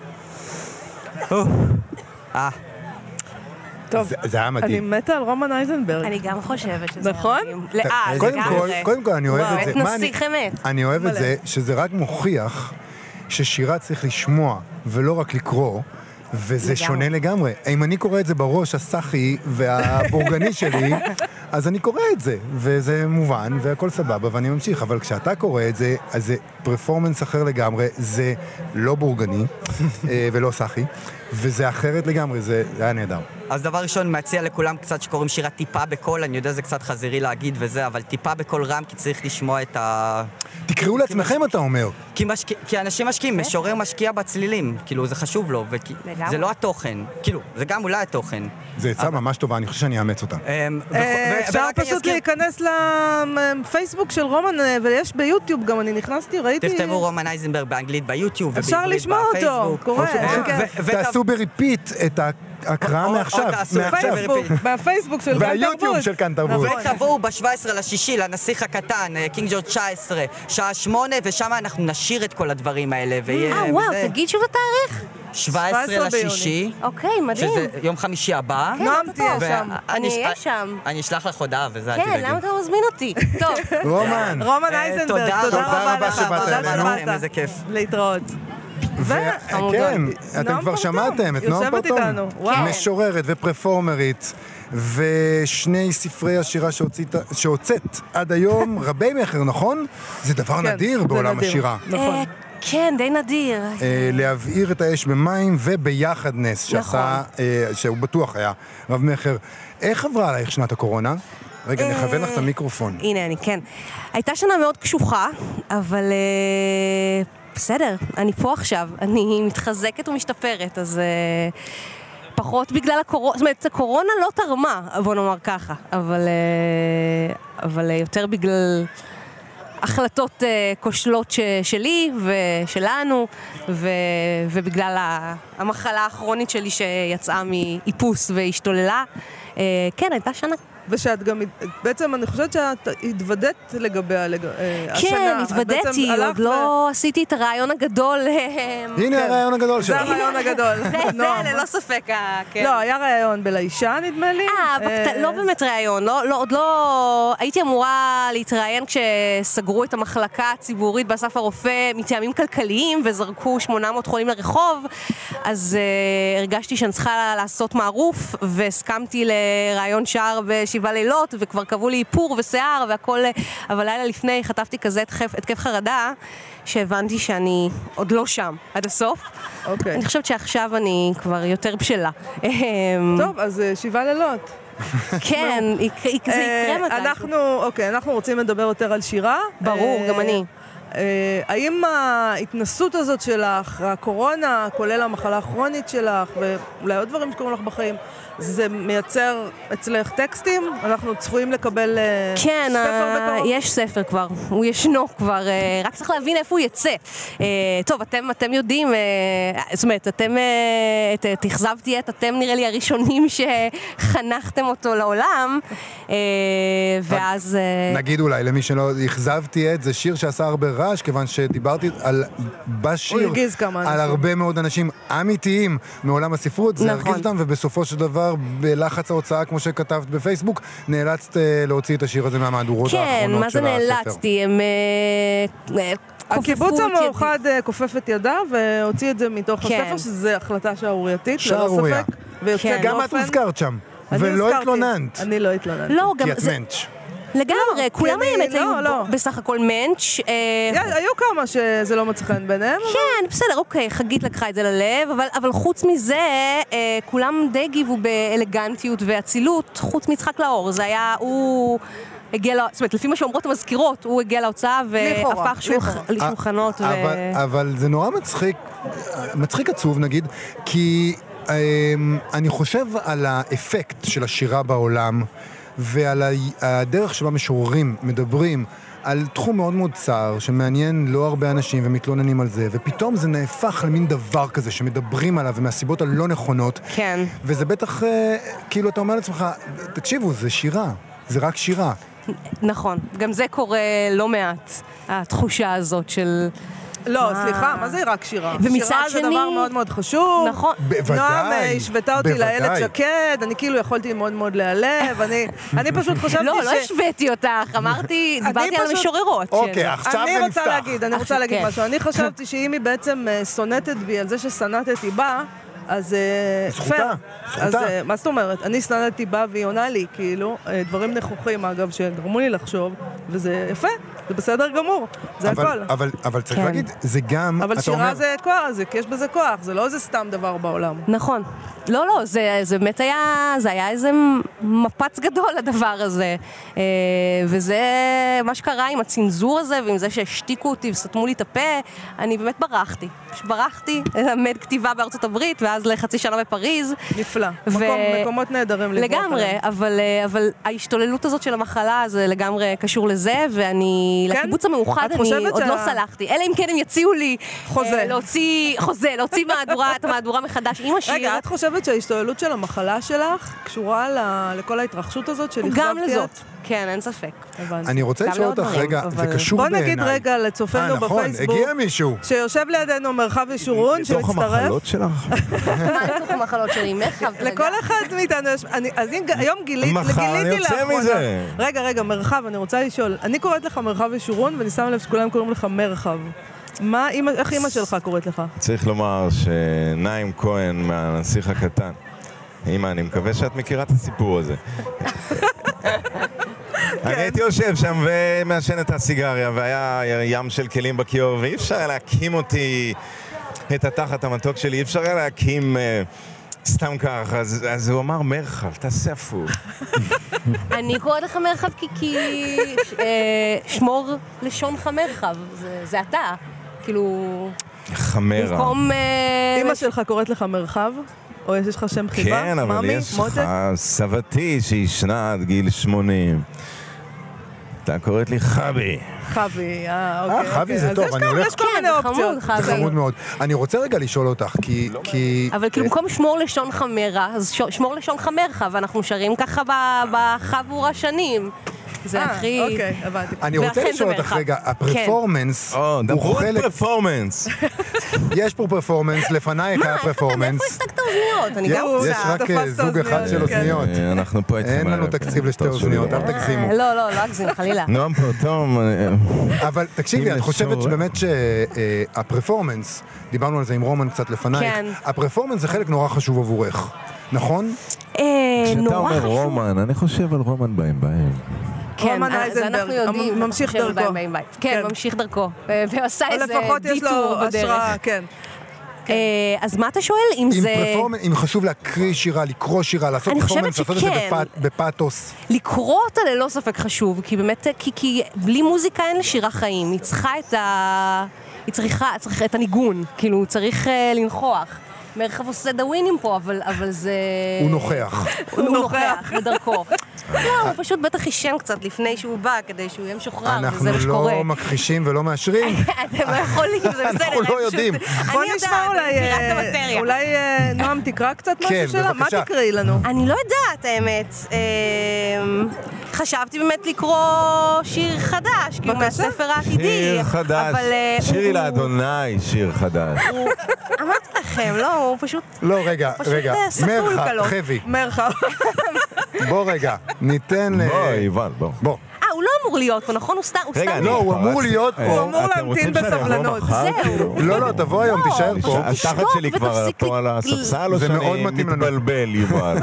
טוב, זה היה מדהים. אני מתה על רומן אייזנברג. אני גם חושבת שזה... נכון? קודם כל, אני אוהב את זה. נסיך אמת. אני אוהב את זה שזה רק מוכיח ששירה צריך לשמוע ולא רק לקרוא, וזה שונה לגמרי. אם אני קורא את זה בראש הסחי והבורגני שלי, אז אני קורא את זה, וזה מובן, והכל סבבה, ואני ממשיך. אבל כשאתה קורא את זה, אז זה פרפורמנס אחר לגמרי, זה לא בורגני ולא סחי, וזה אחרת לגמרי, זה היה נהדר. אז דבר ראשון, מציע לכולם קצת שקוראים שירה טיפה בקול, אני יודע זה קצת חזירי להגיד וזה, אבל טיפה בקול רם, כי צריך לשמוע את ה... תקראו לעצמכם, אתה אומר. כי אנשים משקיעים, משורר משקיע בצלילים, כאילו זה חשוב לו, זה לא התוכן, כאילו, זה גם אולי התוכן. זה עצה ממש טובה, אני חושב שאני אאמץ אותה. אפשר פשוט להיכנס לפייסבוק של רומן, ויש ביוטיוב גם, אני נכנסתי, ראיתי... תכתבו רומן אייזנברג באנגלית ביוטיוב, אפשר לשמוע אותו, קורא. תעשו בריפיט את ההקראה מעכשיו. בפייסבוק של כאן תרבות. והיוטיוב של כאן תרבות. ותבואו ב-17/6 לנסיך הקטן, קינג ג'ורג' 19, שעה 8, ושם אנחנו נשיר את כל הדברים האלה. וואו, תגיד שוב התאריך. 17/6. אוקיי, מדהים. שזה יום חמישי הבא. נועם תהיה שם. אני אהיה שם. אני אשלח לך הודעה וזה, אל תדאגי. כן, למה אתה מזמין אותי? טוב. רומן אייזנברג, תודה רבה לך. שבאת אלינו. איזה כיף. להתראות. כן, אתם כבר שמעתם את נועם פרטום, משוררת ופרפורמרית, ושני ספרי השירה שהוצאת עד היום, רבי מחר, נכון? זה דבר נדיר בעולם השירה. כן, די נדיר. להבעיר את האש במים וביחד נס, שעשה, שהוא בטוח היה רב מחר. איך עברה עלייך שנת הקורונה? רגע, נכוון לך את המיקרופון. הנה, אני כן. הייתה שנה מאוד קשוחה, אבל... בסדר, אני פה עכשיו, אני מתחזקת ומשתפרת, אז פחות בגלל הקורונה, זאת אומרת, הקורונה לא תרמה, בוא נאמר ככה, אבל יותר בגלל החלטות כושלות שלי ושלנו, ובגלל המחלה האחרונית שלי שיצאה מאיפוס והשתוללה. כן, הייתה שנה. ושאת גם, בעצם אני חושבת שאת התוודעת לגביה השנה. כן, התוודעתי, עוד לא עשיתי את הרעיון הגדול. הנה הרעיון הגדול שלך. זה הרעיון הגדול. זה ללא ספק, כן. לא, היה רעיון בלאישה נדמה לי. לא באמת רעיון, עוד לא... הייתי אמורה להתראיין כשסגרו את המחלקה הציבורית באסף הרופא מטעמים כלכליים וזרקו 800 חולים לרחוב, אז הרגשתי שאני צריכה לעשות מערוף והסכמתי לרעיון שער ב7 לילות, וכבר קבעו לי איפור ושיער והכל, אבל לילה לפני חטפתי כזה התקף חרדה, שהבנתי שאני עוד לא שם עד הסוף. אוקיי. אני חושבת שעכשיו אני כבר יותר בשלה. טוב, אז 7 לילות. כן, זה יקרה מתי. אנחנו רוצים לדבר יותר על שירה. ברור, גם אני. האם ההתנסות הזאת שלך, הקורונה, כולל המחלה הכרונית שלך, ואולי עוד דברים שקורים לך בחיים, זה מייצר אצלך טקסטים? אנחנו צפויים לקבל כן, ספר בקרוב? יש ספר כבר, הוא ישנו כבר, רק צריך להבין איפה הוא יצא. טוב, אתם יודעים, זאת אומרת, תחזבתי אתם נראה לי הראשונים שחנכתם אותו לעולם, ואז... נגיד אולי, למי שלא החזבתי זה שיר שעשה הרבה רעש, כיוון שדיברתי בשיר על הרבה מאוד אנשים אמיתיים מעולם הספרות, זה הרגיז אותם, ובסופו של דבר, בלחץ ההוצאה, כמו שכתבת בפייסבוק, נאלצת להוציא את השיר הזה מהמהדורות האחרונות של הספר. כן, מה זה נאלצתי? הם... הקיבוץ המאוחד כופף את ידה והוציא את זה מתוך הספר, שזו החלטה שערורייתית, ללא ספק. גם את הוזכרת שם, ולא התלוננת. אני לא התלוננת. כי את מנץ'. לגמרי, כולם האמת היו בסך הכל מנץ'. היו כמה שזה לא מצא חן ביניהם. כן, בסדר, אוקיי, חגית לקחה את זה ללב, אבל חוץ מזה, כולם די גיבו באלגנטיות ואצילות, חוץ מצחק לאור. זה היה, הוא... זאת אומרת, לפי מה שאומרות המזכירות, הוא הגיע להוצאה והפך שולחנות. אבל זה נורא מצחיק עצוב נגיד, כי אני חושב על האפקט של השירה בעולם, ועל הדרך שבה משוררים מדברים על תחום מאוד מאוד צר, שמעניין לא הרבה אנשים ומתלוננים על זה, ופתאום זה נהפך למין דבר כזה שמדברים עליו ומהסיבות הלא נכונות. כן. וזה בטח, כאילו אתה אומר לעצמך, תקשיבו, זה שירה, זה רק שירה. נכון, גם זה קורה לא מעט, התחושה הזאת של... לא, סליחה, מה זה רק שירה? שירה זה דבר מאוד מאוד חשוב. נכון. בוודאי. נועם השוותה אותי לאיילת שקד, אני כאילו יכולתי מאוד מאוד להיעלב, אני פשוט חשבתי לא השוויתי אותך, אמרתי, דיברתי על המשוררות. אוקיי, עכשיו זה נפתח. אני רוצה להגיד משהו, אני חשבתי שאם היא בעצם סונטת בי על זה שסנטתי בה, אז זכותה. מה זאת אומרת? אני סנטתי בה והיא עונה לי, כאילו, דברים נכוחים אגב שגרמו לי לחשוב, וזה יפה. זה בסדר גמור, זה הכל. אבל צריך להגיד, זה גם... אבל שירה זה כוח, יש בזה כוח, זה לא איזה סתם דבר בעולם. נכון. לא, זה באמת היה איזה מפץ גדול הדבר הזה. וזה מה שקרה עם הצנזור הזה, ועם זה שהשתיקו אותי וסתמו לי את הפה, אני באמת ברחתי ללמד כתיבה בארצות הברית, ואז לחצי שנה בפריז. נפלא, מקומות נהדרים לברוח. לגמרי, אבל ההשתוללות הזאת של המחלה זה לגמרי קשור לזה, ואני לקיבוץ המאוחד אני עוד לא סלחתי. אלא אם כן הם יציעו לי להוציא את המהדורה מחדש עם השיר. רגע, את חושבת שההשתוללות של המחלה שלך קשורה לכל ההתרחשות הזאת של גם לזאת. כן, אין ספק. אני רוצה לשאול אותך רגע, זה קשור בעיניי. בוא נגיד רגע לצופנו בפייסבוק. הגיע מישהו. שיושב לידינו מרחב ישורון, שמצטרף. לתוך המחלות שלך? מה לתוך המחלות שלי? מרחב. לכל אחד מאיתנו יש... אז היום גיליתי לאחרונה. רגע, מרחב, אני רוצה לשאול. אני קוראת לך מרחב ישורון, ואני שמה לב שכולם קוראים לך מרחב. איך אמא שלך קוראת לך? צריך לומר שנעים כהן מהנסיך הקטן. אמא, אני מקווה שאת מכירה את הסיפור הזה. אני הייתי יושב שם ומעשן את הסיגריה, והיה ים של כלים בכיור, ואי אפשר היה להקים אותי, את התחת המתוק שלי, אי אפשר היה להקים סתם כך, אז הוא אמר מרחב, תעשה הפוך. אני קוראת לך מרחב כי שמור לשונך מרחב, זה אתה, כאילו... חמרה. במקום... אמא שלך קוראת לך מרחב? או יש לך שם חיבה? כן, אבל יש לך סבתי שישנה עד גיל 80. אתה קוראת לי חבי. חבי, אוקיי. חבי זה טוב, אני הולך... יש כל מיני אופציות. זה חמוד מאוד. אני רוצה רגע לשאול אותך, כי... אבל כאילו במקום שמור לשון חמרה, אז שמור לשון חמרחה, ואנחנו שרים ככה בחבור השנים. זה הכי... אוקיי, הבנתי. אני רוצה לשאול אותך רגע, הפרפורמנס דברו על פרפורמנס. יש פה פרפורמנס, לפנייך היה פרפורמנס. איפה הסתקת אוזניות? אני גם יש רק זוג אחד של אוזניות. אנחנו פה איתכם. אין לנו תקציב לשתי אוזניות, אל תגזימו. לא אגזים, חלילה. נועם פה, תום. אבל תקשיבי, את חושבת שבאמת שהפרפורמנס, דיברנו על זה עם רומן קצת לפנייך, הפרפורמנס זה חלק נורא חשוב עבורך, נכון? כשאתה אומר רומן, אני חושב על רומן בהם. כן, אז אנחנו יודעים. ממשיך דרכו. כן, ממשיך דרכו. ועושה איזה לפחות יש לו השראה, כן. אז מה אתה שואל? אם זה... אם חשוב להקריא שירה, לקרוא שירה, לעשות פרפורמנס, לעשות את זה בפאתוס. לקרוא אותה ללא ספק חשוב, כי באמת, כי בלי מוזיקה אין לשירה חיים. היא צריכה היא צריכה את הניגון, כאילו, צריך לנכוח. מרחב עושה דווינים פה, אבל זה... הוא נוכח. הוא נוכח בדרכו. לא, הוא פשוט בטח אישם קצת לפני שהוא בא, כדי שהוא יהיה משוחרר, וזה מה שקורה. אנחנו לא מכחישים ולא מאשרים. אתם לא יכולים, זה בסדר. אנחנו לא יודעים. בוא נשמע אולי נועם תקרא קצת משהו שלה? מה תקראי לנו? אני לא יודעת, האמת. חשבתי באמת לקרוא שיר חדש, כאילו מהספר העתידי. שיר חדש. שירי לאדוני, שיר חדש. אמרתי לכם, לא, הוא פשוט... לא, רגע. חבי. מרחב. בוא רגע, ניתן... בוא, איוון, בוא. הוא לא אמור להיות פה, נכון? הוא סתם... לא, הוא אמור להיות פה. הוא אמור להמתין בסבלנות. זהו. לא, תבוא היום, תישאר פה. התחת שלי כבר פה על הספסל, או שאני מתבלבל, יובל?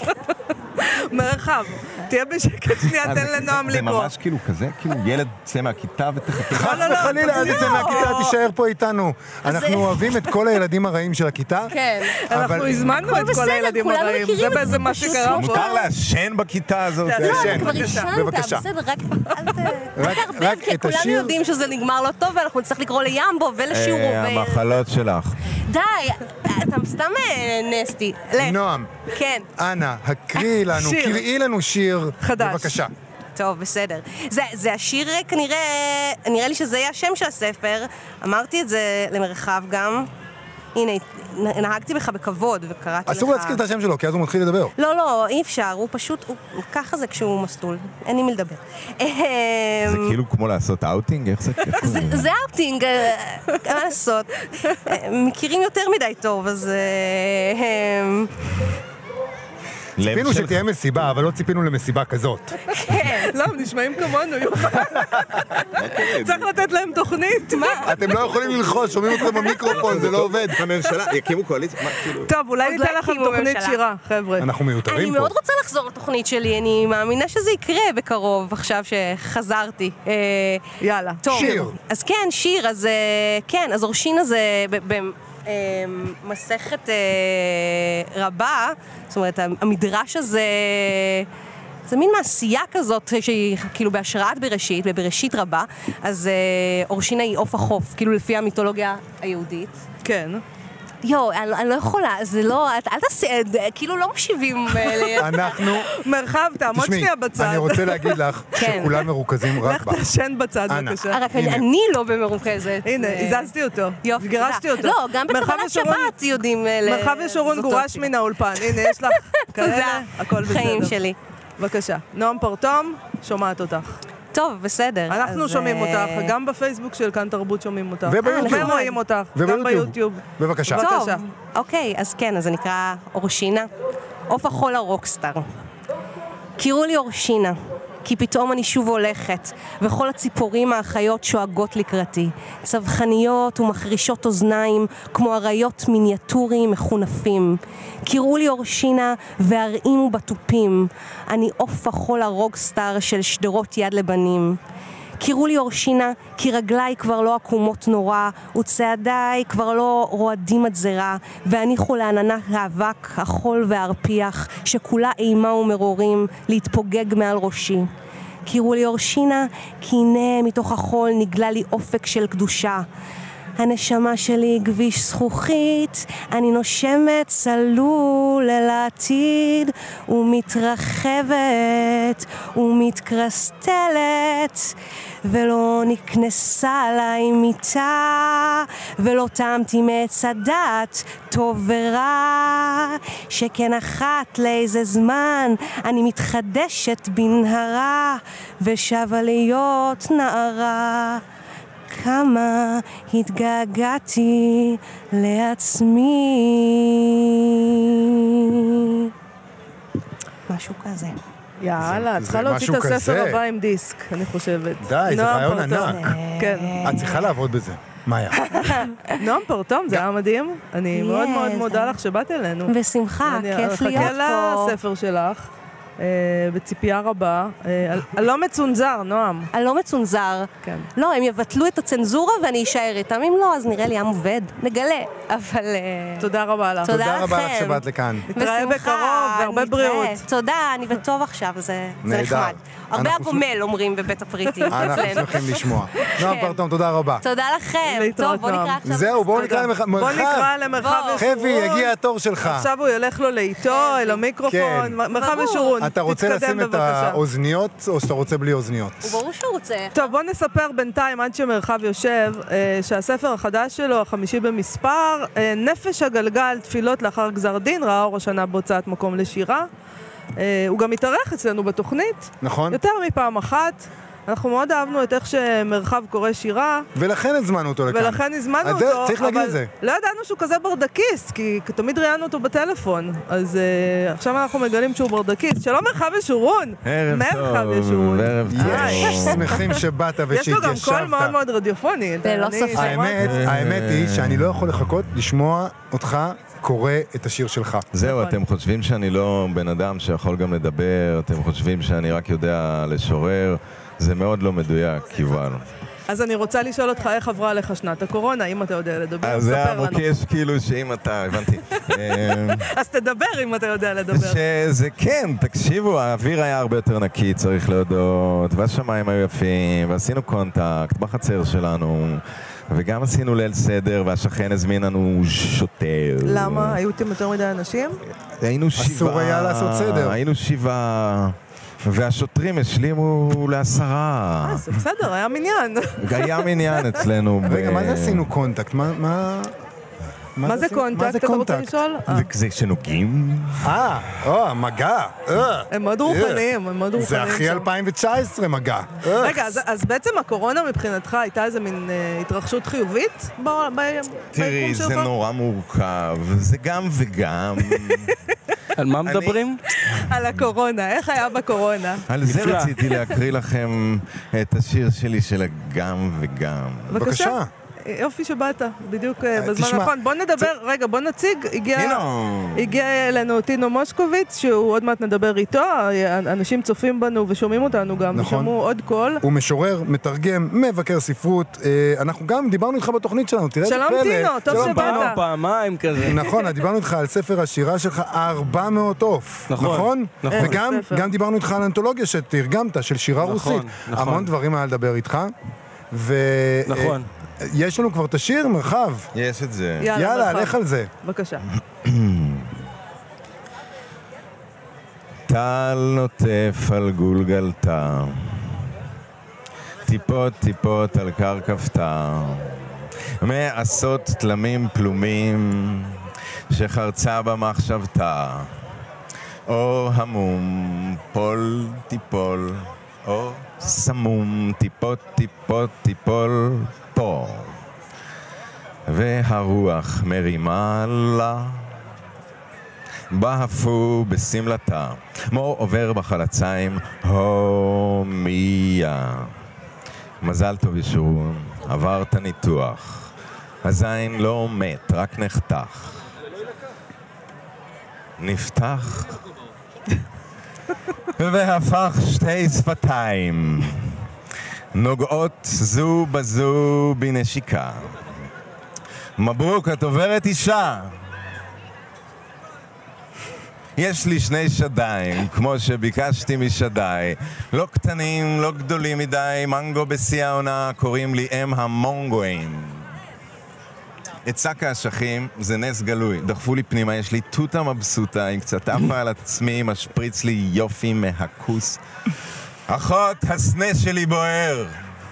מרחב, תהיה בשקט שנייה, תן לנועם לקרוא. זה ממש כאילו כזה, כאילו ילד צא מהכיתה ותחכה. חס וחלילה, אל תצא מהכיתה, תישאר פה איתנו. אנחנו אוהבים את כל הילדים הרעים של הכיתה. כן. אנחנו הזמנו את כל הילדים הרעים. זה בעצם מה שקרה פה. מותר לעשן בכיתה הזאת. לא, אתה כבר עישנת, בסדר, רק כי כולם יודעים שזה נגמר לא טוב, ואנחנו נצטרך לקרוא לימבו ולשיעור. המחלות שלך. די, אתה סתם נסטי. נועם, כן. אנא, קראי לנו שיר חדש. בבקשה. טוב, בסדר. זה השיר כנראה, נראה לי שזה יהיה השם של הספר. אמרתי את זה למרחב גם. הנה, נהגתי בך בכבוד וקראתי לך... אסור להזכיר את השם שלו, כי אז הוא מתחיל לדבר. לא, אי אפשר, הוא פשוט, ככה זה כשהוא מסטול, אין לי מי לדבר. זה כאילו כמו לעשות אאוטינג? איך זה? זה אאוטינג, מה לעשות? מכירים יותר מדי טוב, אז... ציפינו שתהיה מסיבה, אבל לא ציפינו למסיבה כזאת. כן. לא, הם נשמעים כמונו, יובל. צריך לתת להם תוכנית. מה? אתם לא יכולים ללחוש, שומעים אתכם במיקרופון, זה לא עובד. הממשלה, יקימו קואליציה, מה כאילו? טוב, אולי ניתן לכם תוכנית שירה, חבר'ה. אנחנו מיותרים פה. אני מאוד רוצה לחזור לתוכנית שלי, אני מאמינה שזה יקרה בקרוב, עכשיו שחזרתי. יאללה. שיר. אז כן, שיר, אז כן, אז אורשינה זה... מסכת רבה, זאת אומרת, המדרש הזה, זה מין מעשייה כזאת שהיא כאילו בהשראת בראשית, בבראשית רבה, אז אורשינה היא עוף החוף, כאילו לפי המיתולוגיה היהודית. כן. אני לא יכולה, זה לא, אל תעשה, כאילו לא משיבים אנחנו... מרחב, תעמוד שנייה בצד. אני רוצה להגיד לך שכולם מרוכזים רק בה. לך תשן בצד, בבקשה. רק אני לא במרוכזת. הנה, הזזתי אותו. יופי, גירשתי אותו. לא, גם בקבלת שבת יודעים... מרחב ישורון גורש מן האולפן. הנה, יש לך כאלה, הכל בסדר. חיים שלי. בבקשה. נועם פרטום, שומעת אותך. טוב, בסדר. אנחנו שומעים אותך, גם בפייסבוק של כאן תרבות שומעים אותך. וביוטיוב. ורואים אותך, גם ביוטיוב. בבקשה. טוב, אוקיי, אז כן, אז זה נקרא אורשינה, עוף החול הרוקסטאר. קראו לי אורשינה, כי פתאום אני שוב הולכת, וכל הציפורים האחיות שואגות לקראתי, צווחניות ומחרישות אוזניים, כמו אריות מיניאטוריים מחונפים. קראו לי אורשינה והרעימו בתופים, אני עוף החול הרוקסטאר של שדרות יד לבנים. קראו לי אורשינה, כי רגליי כבר לא עקומות נורא, וצעדיי כבר לא רועדים עד זרה, והניחו לעננת האבק, החול והארפיח, שכולה אימה ומרורים, להתפוגג מעל ראשי. קראו לי אורשינה, כי הנה מתוך החול נגלה לי אופק של קדושה. הנשמה שלי כביש זכוכית, אני נושמת צלול אל העתיד, ומתרחבת ומתקרסטלת, ולא נקנסה עליי מיטה, ולא טעמתי מעץ הדת טוב ורע, שכן אחת לאיזה זמן אני מתחדשת בנהרה, ושבה להיות נערה. כמה התגעגעתי לעצמי. משהו כזה. יאללה, את צריכה להוציא את הספר הבא עם דיסק, אני חושבת. די, זה רעיון ענק. כן. את צריכה לעבוד בזה. מאיה. נועם פרטום, זה היה מדהים. אני מאוד מאוד מודה לך שבאת אלינו. בשמחה, כיף להיות פה. חכה לספר שלך. בציפייה רבה. הלא מצונזר, נועם. הלא מצונזר. כן. לא, הם יבטלו את הצנזורה ואני אשאר איתם. אם לא, אז נראה לי עם עובד. נגלה. אבל... תודה רבה לך. תודה תודה רבה לך לכם. שבאת לכאן. נתראה בקרוב, והרבה בריאות. תודה, אני בטוב עכשיו, זה נהדר. נחמד. הרבה אנחנו אבומל אומרים בבית הפריטים. אנחנו שמחים לשמוע. נועם פרטום, תודה רבה. תודה לכם. להתראות, טוב, בוא נקרא נועם. עכשיו. זהו, בואו נקרא למרחב. בוא נקרא למרחב ושורון. חבי, הגיע התור שלך. עכשיו הוא ילך לו לאיתו, אל המיקרופון. כן. מרחב ושורון, אתה רוצה תתקדם לשים את בבקשה. האוזניות, או שאתה רוצה בלי אוזניות? הוא ברור שהוא רוצה. טוב, בוא נספר בינתיים, עד שמרחב יושב, שהספר החדש שלו, החמישי במספר, נפש הגלגל, תפילות לאחר גזר דין, ראה אור השנה בהוצאת מקום לשירה. הוא גם התארח אצלנו בתוכנית. נכון. יותר מפעם אחת. אנחנו מאוד אהבנו את איך שמרחב קורא שירה. ולכן הזמנו אותו לכאן. ולכן הזמנו אז אותו, צריך להגיד אבל את זה. לא ידענו שהוא כזה ברדקיסט, כי תמיד ראיינו אותו בטלפון. אז עכשיו אנחנו מגלים שהוא ברדקיסט. שלום מרחב ושורון. ערב מרחב טוב, ושורון. ערב טוב. שמחים שבאת יש לו גם ושהתיישבת. קול מאוד מאוד רדיופוני. ללא אני ספק. שמעתי. האמת היא שאני לא יכול לחכות לשמוע אותך קורא את השיר שלך. זהו, אתם חושבים שאני לא בן אדם שיכול גם לדבר, אתם חושבים שאני רק יודע לשורר, זה מאוד לא מדויק, קיבל. אז אני רוצה לשאול אותך איך עברה עליך שנת הקורונה, אם אתה יודע לדבר, אז זה ספר לנו. המוקש כאילו שאם אתה, הבנתי. אז תדבר אם אתה יודע לדבר. שזה כן, תקשיבו, האוויר היה הרבה יותר נקי, צריך להודות, והשמיים היו יפים, ועשינו קונטקט בחצר שלנו, וגם עשינו ליל סדר, והשכן הזמין לנו שוטר. למה? היו יותר מדי אנשים? היינו 7. אסור היה לעשות סדר. היינו 7, והשוטרים השלימו ל10. זה בסדר, היה מניין. היה מניין אצלנו. רגע, מה זה עשינו קונטקט? מה זה קונטקט? אתה רוצה לשאול? זה שנוגעים? מגע. הם מאוד רוחניים, הם מאוד רוחניים. זה הכי שם. 2019 מגע. רגע, אז בעצם הקורונה מבחינתך הייתה איזה מין התרחשות חיובית? תראי, זה נורא מורכב, זה גם וגם. על מה מדברים? על הקורונה, איך היה בקורונה? על זה רציתי להקריא לכם את השיר שלי של הגם וגם. בבקשה. יופי שבאת, בדיוק בזמן תשמע, נכון. בוא נדבר, רגע, בוא נציג. הגיע אלינו טינו מושקוביץ, שהוא עוד מעט נדבר איתו. אנשים צופים בנו ושומעים אותנו גם, ושמעו עוד קול. הוא משורר, מתרגם, מבקר ספרות. אנחנו גם דיברנו איתך בתוכנית שלנו, תראה איזה פלא. שלום טינו, טוב שבאת. פעמיים כזה. נכון, דיברנו איתך על ספר השירה שלך, 400 עוף. נכון? וגם דיברנו איתך על אנתולוגיה שתרגמת, של שירה רוסית. המון דברים היה לדבר איתך. נכון. יש לנו כבר את השיר, מרחב. יש את זה. יאללה, לך על זה. בבקשה. טל נוטף על גולגלתה, טיפות טיפות על קרקפתה, מעשות תלמים פלומים שחרצה במחשבתה, או המום פול תיפול, או סמום טיפות טיפות תיפול פה, והרוח מרימה לה בהפו בסמלתה, מו עובר בחלציים הומיה. מזל טוב ישורון, עברת ניתוח, הזין לא מת, רק נחתך. נפתח והפך שתי שפתיים נוגעות זו בזו בנשיקה. מברוק, את עוברת אישה. יש לי 2 שדיים, כמו שביקשתי משדי, לא קטנים, לא גדולים מדי, מנגו בשיא העונה, קוראים לי אם המונגואים. את שק האשכים זה נס גלוי, דחפו לי פנימה, יש לי טוטה מבסוטה, עם קצת אפה על עצמי, משפריץ לי יופי מהכוס. אחות, הסנה שלי בוער.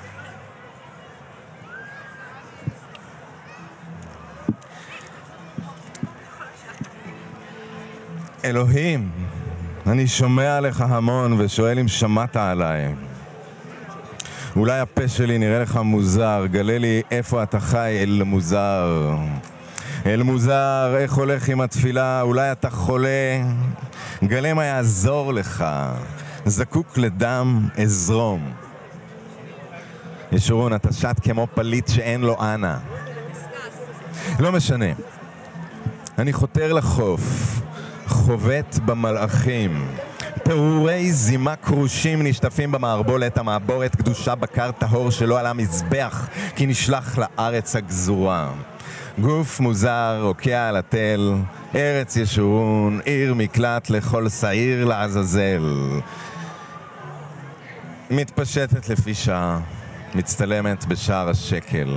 אלוהים, אני שומע עליך המון ושואל אם שמעת עליי. אולי הפה שלי נראה לך מוזר, גלה לי איפה אתה חי, אל מוזר. אל מוזר, איך הולך עם התפילה, אולי אתה חולה, גלה מה יעזור לך. זקוק לדם, אזרום. ישורון, אתה שט כמו פליט שאין לו אנה. לא משנה. אני חותר לחוף, חובט במלאכים, פירורי זימה קרושים נשטפים במערבולת, המעבורת קדושה בקר טהור שלא עלה מזבח, כי נשלח לארץ הגזורה. גוף מוזר, רוקע על התל, ארץ ישורון, עיר מקלט לכל שעיר לעזאזל. מתפשטת לפי שעה, מצטלמת בשער השקל.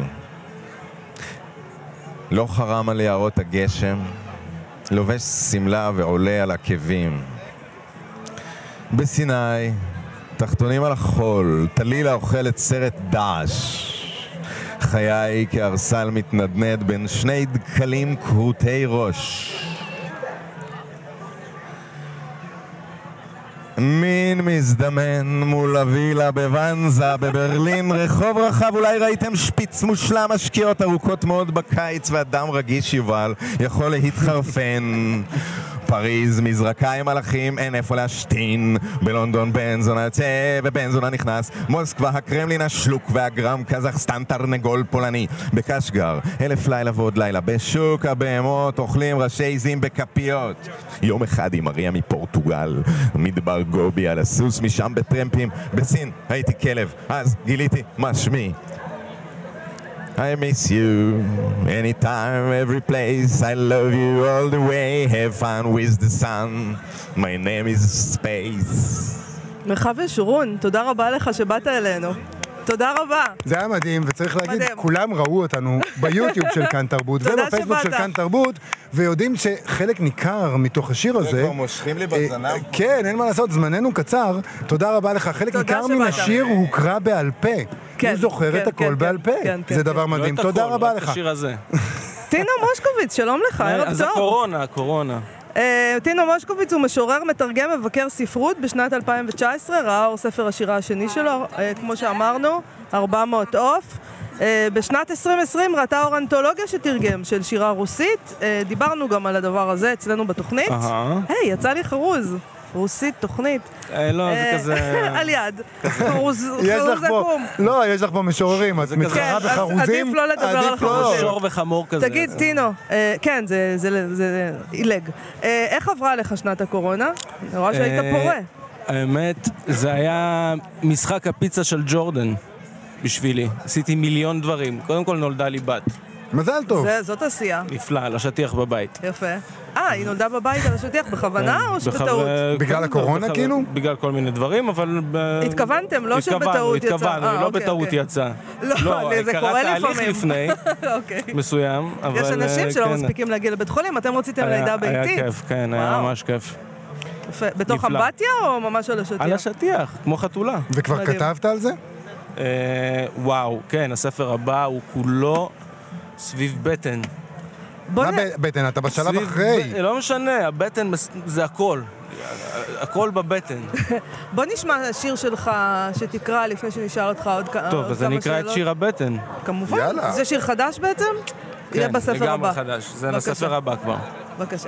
לא חרם על יערות הגשם, לובש סמלה ועולה על עקבים. בסיני, תחתונים על החול, תלילה אוכלת סרט דעש. חיי כארסל מתנדנד בין שני דקלים כהותי ראש. מין מזדמן מול הווילה בוונזה בברלין, רחוב רחב, אולי ראיתם שפיץ מושלם, השקיעות ארוכות מאוד בקיץ ואדם רגיש יובל יכול להתחרפן. פריז, מזרקיים מלאכים, אין איפה להשתין. בלונדון בן זונה יוצא ובן זונה נכנס. מוסקבה, הקרמלין השלוק והגרם קזחסטן תרנגול פולני. בקשגר, 1000 לילה ועוד לילה. בשוק הבהמות אוכלים ראשי עזים בכפיות. יום אחד עם מריה מפורטוגל, מדבר גובי על הסוס, משם בטרמפים. בסין הייתי כלב, אז גיליתי מה שמי. I miss you, anytime, every place. I love you all the way. Have fun with the sun. My name is Space. מרחב ישורון, תודה רבה לך שבאת אלינו. תודה רבה. זה היה מדהים, וצריך להגיד, כולם ראו אותנו ביוטיוב של כאן תרבות ובפייסבוק של כאן תרבות, ויודעים שחלק ניכר מתוך השיר הזה... זה כבר מושכים לי בזנב. כן, אין מה לעשות, זמננו קצר. תודה רבה לך. חלק ניכר מן השיר הוקרא בעל פה. הוא זוכר את הכל בעל פה. זה דבר מדהים. תודה רבה לך. טינו מושקוביץ, שלום לך, ערב טוב. אז הקורונה. טינו מושקוביץ הוא משורר, מתרגם, מבקר ספרות. בשנת 2019 ראה אור ספר השירה השני שלו, כמו שאמרנו, 400 עוף. בשנת 2020 ראתה אור אנתולוגיה שתרגם של שירה רוסית. דיברנו גם על הדבר הזה אצלנו בתוכנית. היי, יצא לי חרוז. רוסית, תוכנית. לא, זה כזה... על יד. חרוז עקום. לא, יש לך פה משוררים, את מתחרה בחרוזים. עדיף לא לדבר על חרוזים. שור וחמור כזה. תגיד, טינו, כן, זה אילג. איך עברה לך שנת הקורונה? אני רואה שהיית פורה. האמת, זה היה משחק הפיצה של ג'ורדן בשבילי. עשיתי מיליון דברים. קודם כל נולדה לי בת. מזל טוב. זאת עשייה. נפלא, על השטיח בבית. יפה. היא נולדה בבית על השטיח בכוונה או שבטעות? בגלל הקורונה כאילו? בגלל כל מיני דברים, אבל... התכוונתם, לא שבטעות יצא. התכוונו, לא בטעות יצא. לא, זה קורה לפעמים. תהליך לפני, מסוים, אבל... יש אנשים שלא מספיקים להגיע לבית חולים, אתם רציתם לידה ביתית? היה כיף, כן, היה ממש כיף. בתוך אמבטיה או ממש על השטיח? על השטיח, כמו חתולה. וכבר כתבת על זה? וואו, כן, הספר הבא הוא כולו סביב בטן. מה בטן? אתה בשלב אחרי. לא משנה, הבטן זה הכל. הכל בבטן. בוא נשמע שיר שלך שתקרא לפני שנשאל אותך עוד כמה שאלות. טוב, אז אני אקרא את שיר הבטן. כמובן. זה שיר חדש בעצם? יהיה בספר הבא. כן, לגמרי חדש. זה לספר הבא כבר. בבקשה.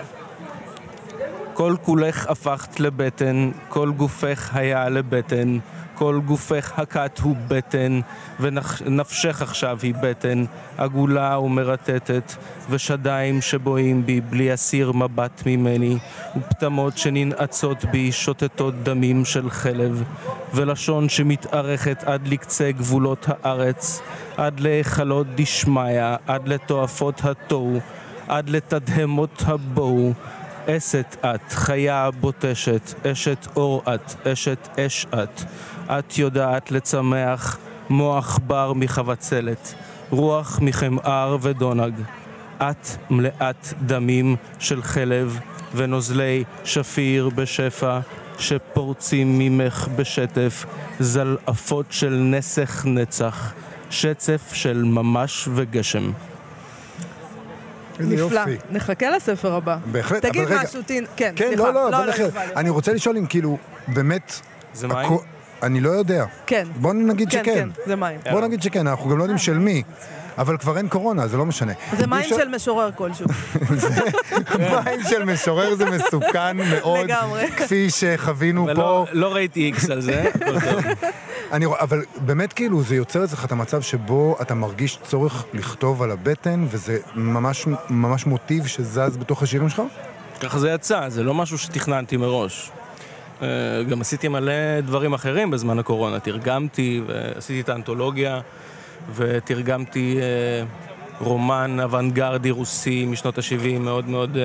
כל כולך הפכת לבטן, כל גופך היה לבטן, כל גופך הקט הוא בטן, ונפשך עכשיו היא בטן, עגולה ומרטטת, ושדיים שבועים בי בלי אסיר מבט ממני, ופתמות שננעצות בי שוטטות דמים של חלב, ולשון שמתארכת עד לקצה גבולות הארץ, עד להיכלות דשמיא, עד לתועפות התוהו, עד לתדהמות הבואו, אסת את, חיה בוטשת, אשת אור את, אשת אש את יודעת לצמח, מוח בר מחבצלת, רוח מחמאר ודונג. את מלאת דמים של חלב ונוזלי שפיר בשפע, שפורצים ממך בשטף, זלעפות של נסך נצח, שצף של ממש וגשם. נפלא, נחכה לספר הבא. בהחלט, תגיד משהו, טין, כן, סליחה. לא, אני רוצה לשאול אם כאילו, באמת... זה מים? אני לא יודע. כן. בוא נגיד שכן. כן, זה מים. בוא נגיד שכן, אנחנו גם לא יודעים של מי. אבל כבר אין קורונה, זה לא משנה. זה מים של משורר כלשהו. מים של משורר זה מסוכן מאוד. לגמרי. כפי שחווינו פה. לא ראיתי איקס על זה. אבל באמת כאילו זה יוצר אצלך את המצב שבו אתה מרגיש צורך לכתוב על הבטן, וזה ממש מוטיב שזז בתוך השירים שלך? ככה זה יצא, זה לא משהו שתכננתי מראש. גם עשיתי מלא דברים אחרים בזמן הקורונה. תרגמתי ועשיתי את האנתולוגיה, ותרגמתי רומן אוונגרדי רוסי משנות ה-70, מאוד מאוד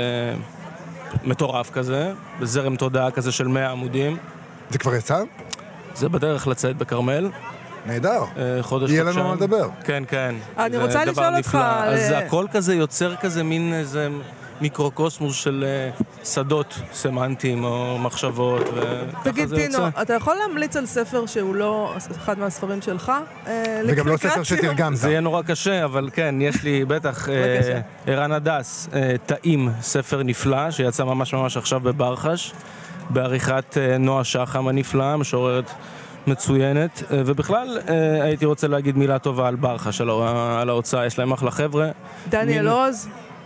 מטורף כזה, בזרם תודעה כזה של 100 עמודים. זה כבר יצא? זה בדרך לצאת בכרמל. נהדר. חודש יהיה לנו מה לדבר. כן, כן. אני רוצה לשאול אותך... אז הכל כזה יוצר כזה מין איזה מיקרוקוסמוס של שדות סמנטיים או מחשבות. תגיד, טינו, אתה יכול להמליץ על ספר שהוא לא אחד מהספרים שלך? וגם לא ספר שתרגמת. זה יהיה נורא קשה, אבל כן, יש לי בטח ערן הדס, טעים, ספר נפלא, שיצא ממש ממש עכשיו בברחש, בעריכת נועה שחם הנפלאה, משוררת מצוינת, ובכלל הייתי רוצה להגיד מילה טובה על ברחש, על ההוצאה, יש להם אחלה חבר'ה. דניאל עוז?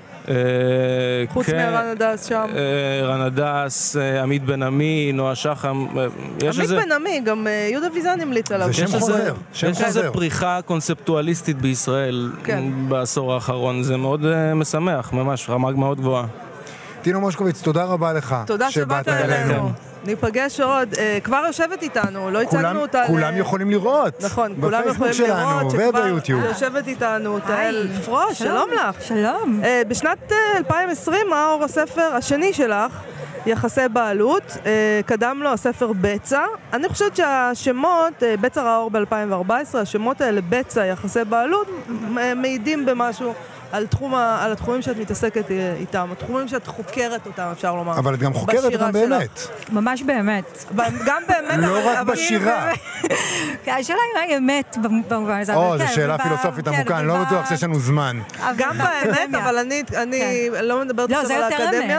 חוץ מערן הדס שם. ערן הדס, עמית בן עמי, נועה שחם. עמית בן עמי, גם יהודה ויזן המליץ עליו. זה שם חוזר. יש איזו פריחה קונספטואליסטית בישראל בעשור האחרון, זה מאוד משמח, ממש, רמה מאוד גבוהה. טינו מושקוביץ, תודה רבה לך. תודה שבאת אלינו. ניפגש עוד, כבר יושבת איתנו, לא הצגנו אותה. כולם יכולים לראות. נכון, כולם יכולים לראות. וביוטיוב. יושבת איתנו תהל פרוש, שלום לך. שלום. בשנת 2020, מאור הספר השני שלך, יחסי בעלות, קדם לו הספר בצע. אני חושבת שהשמות, בצע ראור ב-2014, השמות האלה, בצע, יחסי בעלות, מעידים במשהו על התחומים שאת מתעסקת איתם, התחומים שאת חוקרת אותם, אפשר לומר. אבל את גם חוקרת אותם באמת. ממש באמת. גם באמת. לא רק בשירה. השאלה היא אמת במובן הזה. זו שאלה פילוסופית עמוקה, אני לא בטוח שיש לנו זמן. גם באמת, אבל אני לא מדברת עכשיו על האקדמיה.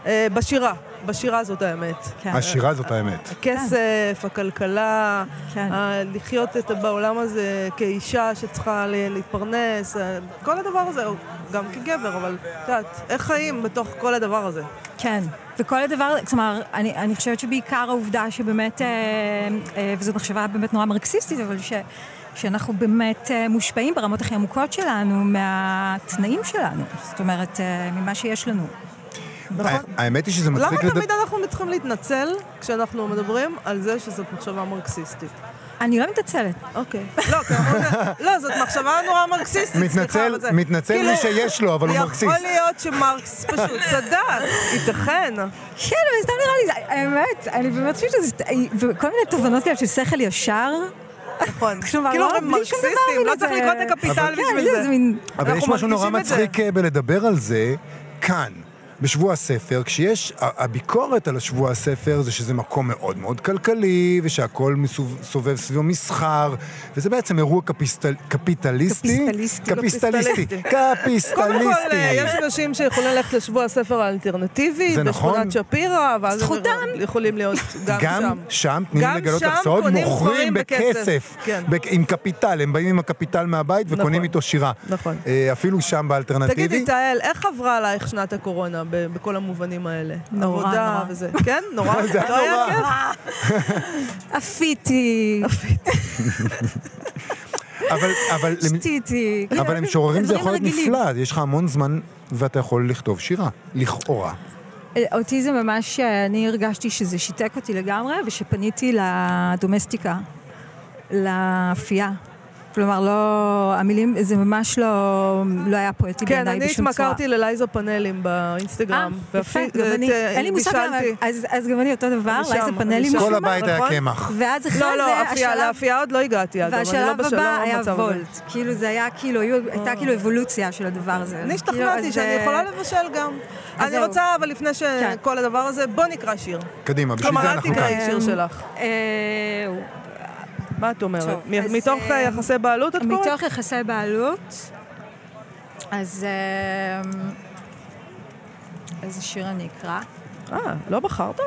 בשירה זאת האמת. השירה זאת האמת. הכסף, הכלכלה, לחיות בעולם הזה כאישה שצריכה להתפרנס, כל הדבר הזה, גם כגבר, אבל את יודעת, איך חיים בתוך כל הדבר הזה? כן, וכל הדבר, זאת אומרת, אני חושבת שבעיקר העובדה שבאמת, וזאת מחשבה באמת נורא מרקסיסטית, אבל שאנחנו באמת מושפעים ברמות הכי עמוקות שלנו מהתנאים שלנו, זאת אומרת, ממה שיש לנו. האמת היא שזה מצחיק למה תמיד אנחנו צריכים להתנצל כשאנחנו מדברים על זה שזאת מחשבה מרקסיסטית? אני לא מתנצלת. אוקיי. לא, זאת מחשבה נורא מרקסיסטית. מתנצל מי שיש לו, אבל הוא מרקסיסט. יכול להיות שמרקס פשוט צדק, ייתכן. כן, אבל סתם נראה לי, האמת, אני באמת חושבת שזה, וכל מיני תובנות כאלה של שכל ישר. נכון. כאילו הם מרקסיסטים, לא צריך לקרוא את הקפיטל בשביל זה. אבל יש משהו נורא מצחיק בלדבר על זה, כאן. בשבוע הספר, כשיש, הביקורת על השבוע הספר זה שזה מקום מאוד מאוד כלכלי, ושהכל סובב סביבו מסחר, וזה בעצם אירוע קפיטליסטי. קודם כל, יש אנשים שיכולים ללכת לשבוע הספר האלטרנטיבי, בשכונת שפירא, ואז הם יכולים להיות גם שם. תני לגלות הפסעות, מוכרים בכסף, עם קפיטל, הם באים עם הקפיטל מהבית וקונים איתו שירה. אפילו שם באלטרנטיבי. תגידי, תהל, איך עברה עלייך שנת הקורונה? בכל המובנים האלה. עבודה וזה. כן? נורא? לא היה כיף? אפיתי. שתיתי. אבל עם שוררים זה יכול להיות נפלא. יש לך המון זמן ואתה יכול לכתוב שירה. לכאורה. אותי זה ממש, אני הרגשתי שזה שיתק אותי לגמרי, ושפניתי לדומסטיקה, לאפייה. כלומר, לא, המילים, זה ממש לא היה פואטי בעיניי בשום צורה. כן, אני התמכרתי ללייזה פנלים באינסטגרם. יפה, אין לי מושג למה, אז גם אני אותו דבר, לייזה פנלים. כל הבית היה קמח. ואז אחרי זה, לאפייה עוד לא הגעתי, והשלב הבא היה וולט. כאילו זה היה כאילו, הייתה כאילו אבולוציה של הדבר הזה. אני השתכנעתי שאני יכולה לבשל גם. אני רוצה, אבל לפני שכל הדבר הזה, בוא נקרא שיר. קדימה, בשביל זה אנחנו כאן. כלומר, אל תקראי שיר שלך. מה את אומרת? מתוך יחסי בעלות את קוראת? מתוך יחסי בעלות. אז איזה שיר אני אקרא? לא בחרת?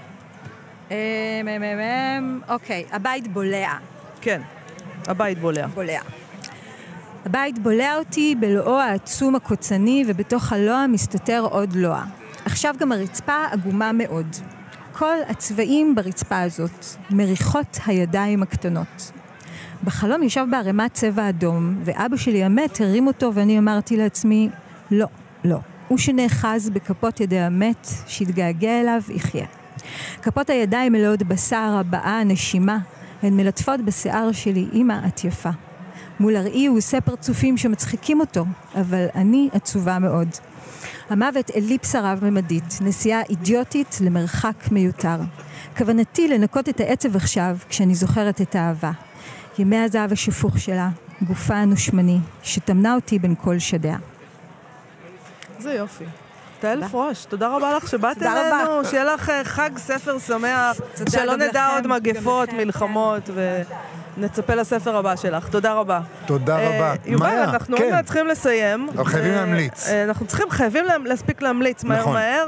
אוקיי, הבית בולע. כן, הבית בולע. הבית בולע אותי בלואו העצום הקוצני, ובתוך הלוע מסתתר עוד לוע. עכשיו גם הרצפה עגומה מאוד. כל הצבעים ברצפה הזאת, מריחות הידיים הקטנות. בחלום ישב בערימת צבע אדום, ואבא שלי המת הרים אותו, ואני אמרתי לעצמי, לא, לא. הוא שנאחז בכפות ידי המת, שהתגעגע אליו, יחיה. כפות הידיים מלאות בשר, הבעה, נשימה, הן מלטפות בשיער שלי, אמא, את יפה. מול הראי הוא עושה פרצופים שמצחיקים אותו, אבל אני עצובה מאוד. המוות אליפסה רב-ממדית, נסיעה אידיוטית למרחק מיותר. כוונתי לנקות את העצב עכשיו כשאני זוכרת את האהבה. ימי הזהב השפוך שלה, גופה הנושמני, שתמנה אותי בין כל שדיה. זה יופי. תהל פרוש, תודה רבה לך שבאת אלינו, שיהיה לך חג ספר שמח, שלא נדע עוד מגפות, מלחמות, ונצפה לספר הבא שלך. תודה רבה. תודה רבה. יובל, אנחנו עוד מעט צריכים לסיים. חייבים להמליץ. אנחנו חייבים להספיק להמליץ מהר.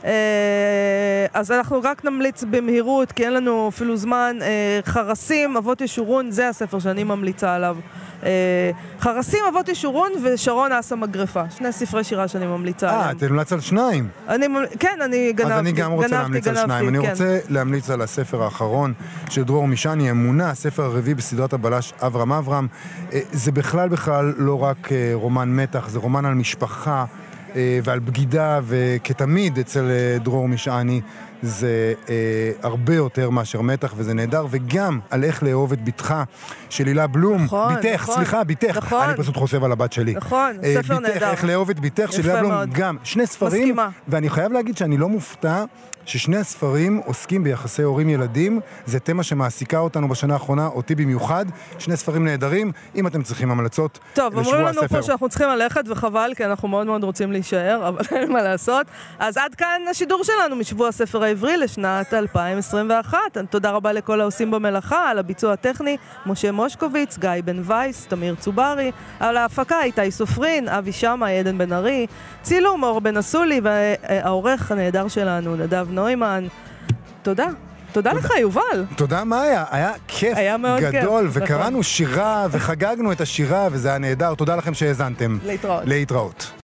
אז אנחנו רק נמליץ במהירות, כי אין לנו אפילו זמן. חרסים, אבות ישורון, זה הספר שאני ממליצה עליו. חרסים, אבות ישורון ושרון אסה מגרפה. שני ספרי שירה שאני ממליצה עליהם. אתה המלץ על שניים. כן, אני גנבתי. אז אני גם רוצה להמליץ על שניים. אני רוצה להמליץ על הספר האחרון של דרור משעני, אמונה, הספר הרביעי בסדרת הבלש אברהם. זה בכלל לא רק רומן מתח, זה רומן על משפחה ועל בגידה, וכתמיד אצל דרור משעני זה הרבה יותר מאשר מתח, וזה נהדר, וגם על איך לאהוב את בתך של הילה בלום, ביתך, אני פשוט חושב על הבת שלי. נכון, ספר נהדר. איך לאהוב את ביתך של הילה בלום, גם שני ספרים, מסכימה. ואני חייב להגיד שאני לא מופתע ששני הספרים עוסקים ביחסי הורים-ילדים, זה תמה שמעסיקה אותנו בשנה האחרונה, אותי במיוחד, שני ספרים נהדרים, אם אתם צריכים המלצות לשבוע הספר. טוב, אומרים לנו פה שאנחנו צריכים ללכת וחבל, כי אנחנו מאוד מאוד רוצים להישאר, אבל אין מה לעשות. אז עד כאן השידור שלנו משבוע הספר העברי לשנת 2021. תודה רבה לכל העושים במלאכה, על הביצוע הטכני, משה מושקוביץ, גיא בן וייס, תמיר צוברי, על ההפקה איתי סופרין, אבי שמה, עדן בן ארי, צילום אור בן אסולי, והעורך הנהדר שלנו, נדב נוימן. תודה. תודה לך, יובל. תודה, מאיה. היה כיף גדול, וקראנו שירה, וחגגנו את השירה, וזה היה נהדר. תודה לכם שהאזנתם. להתראות. להתראות.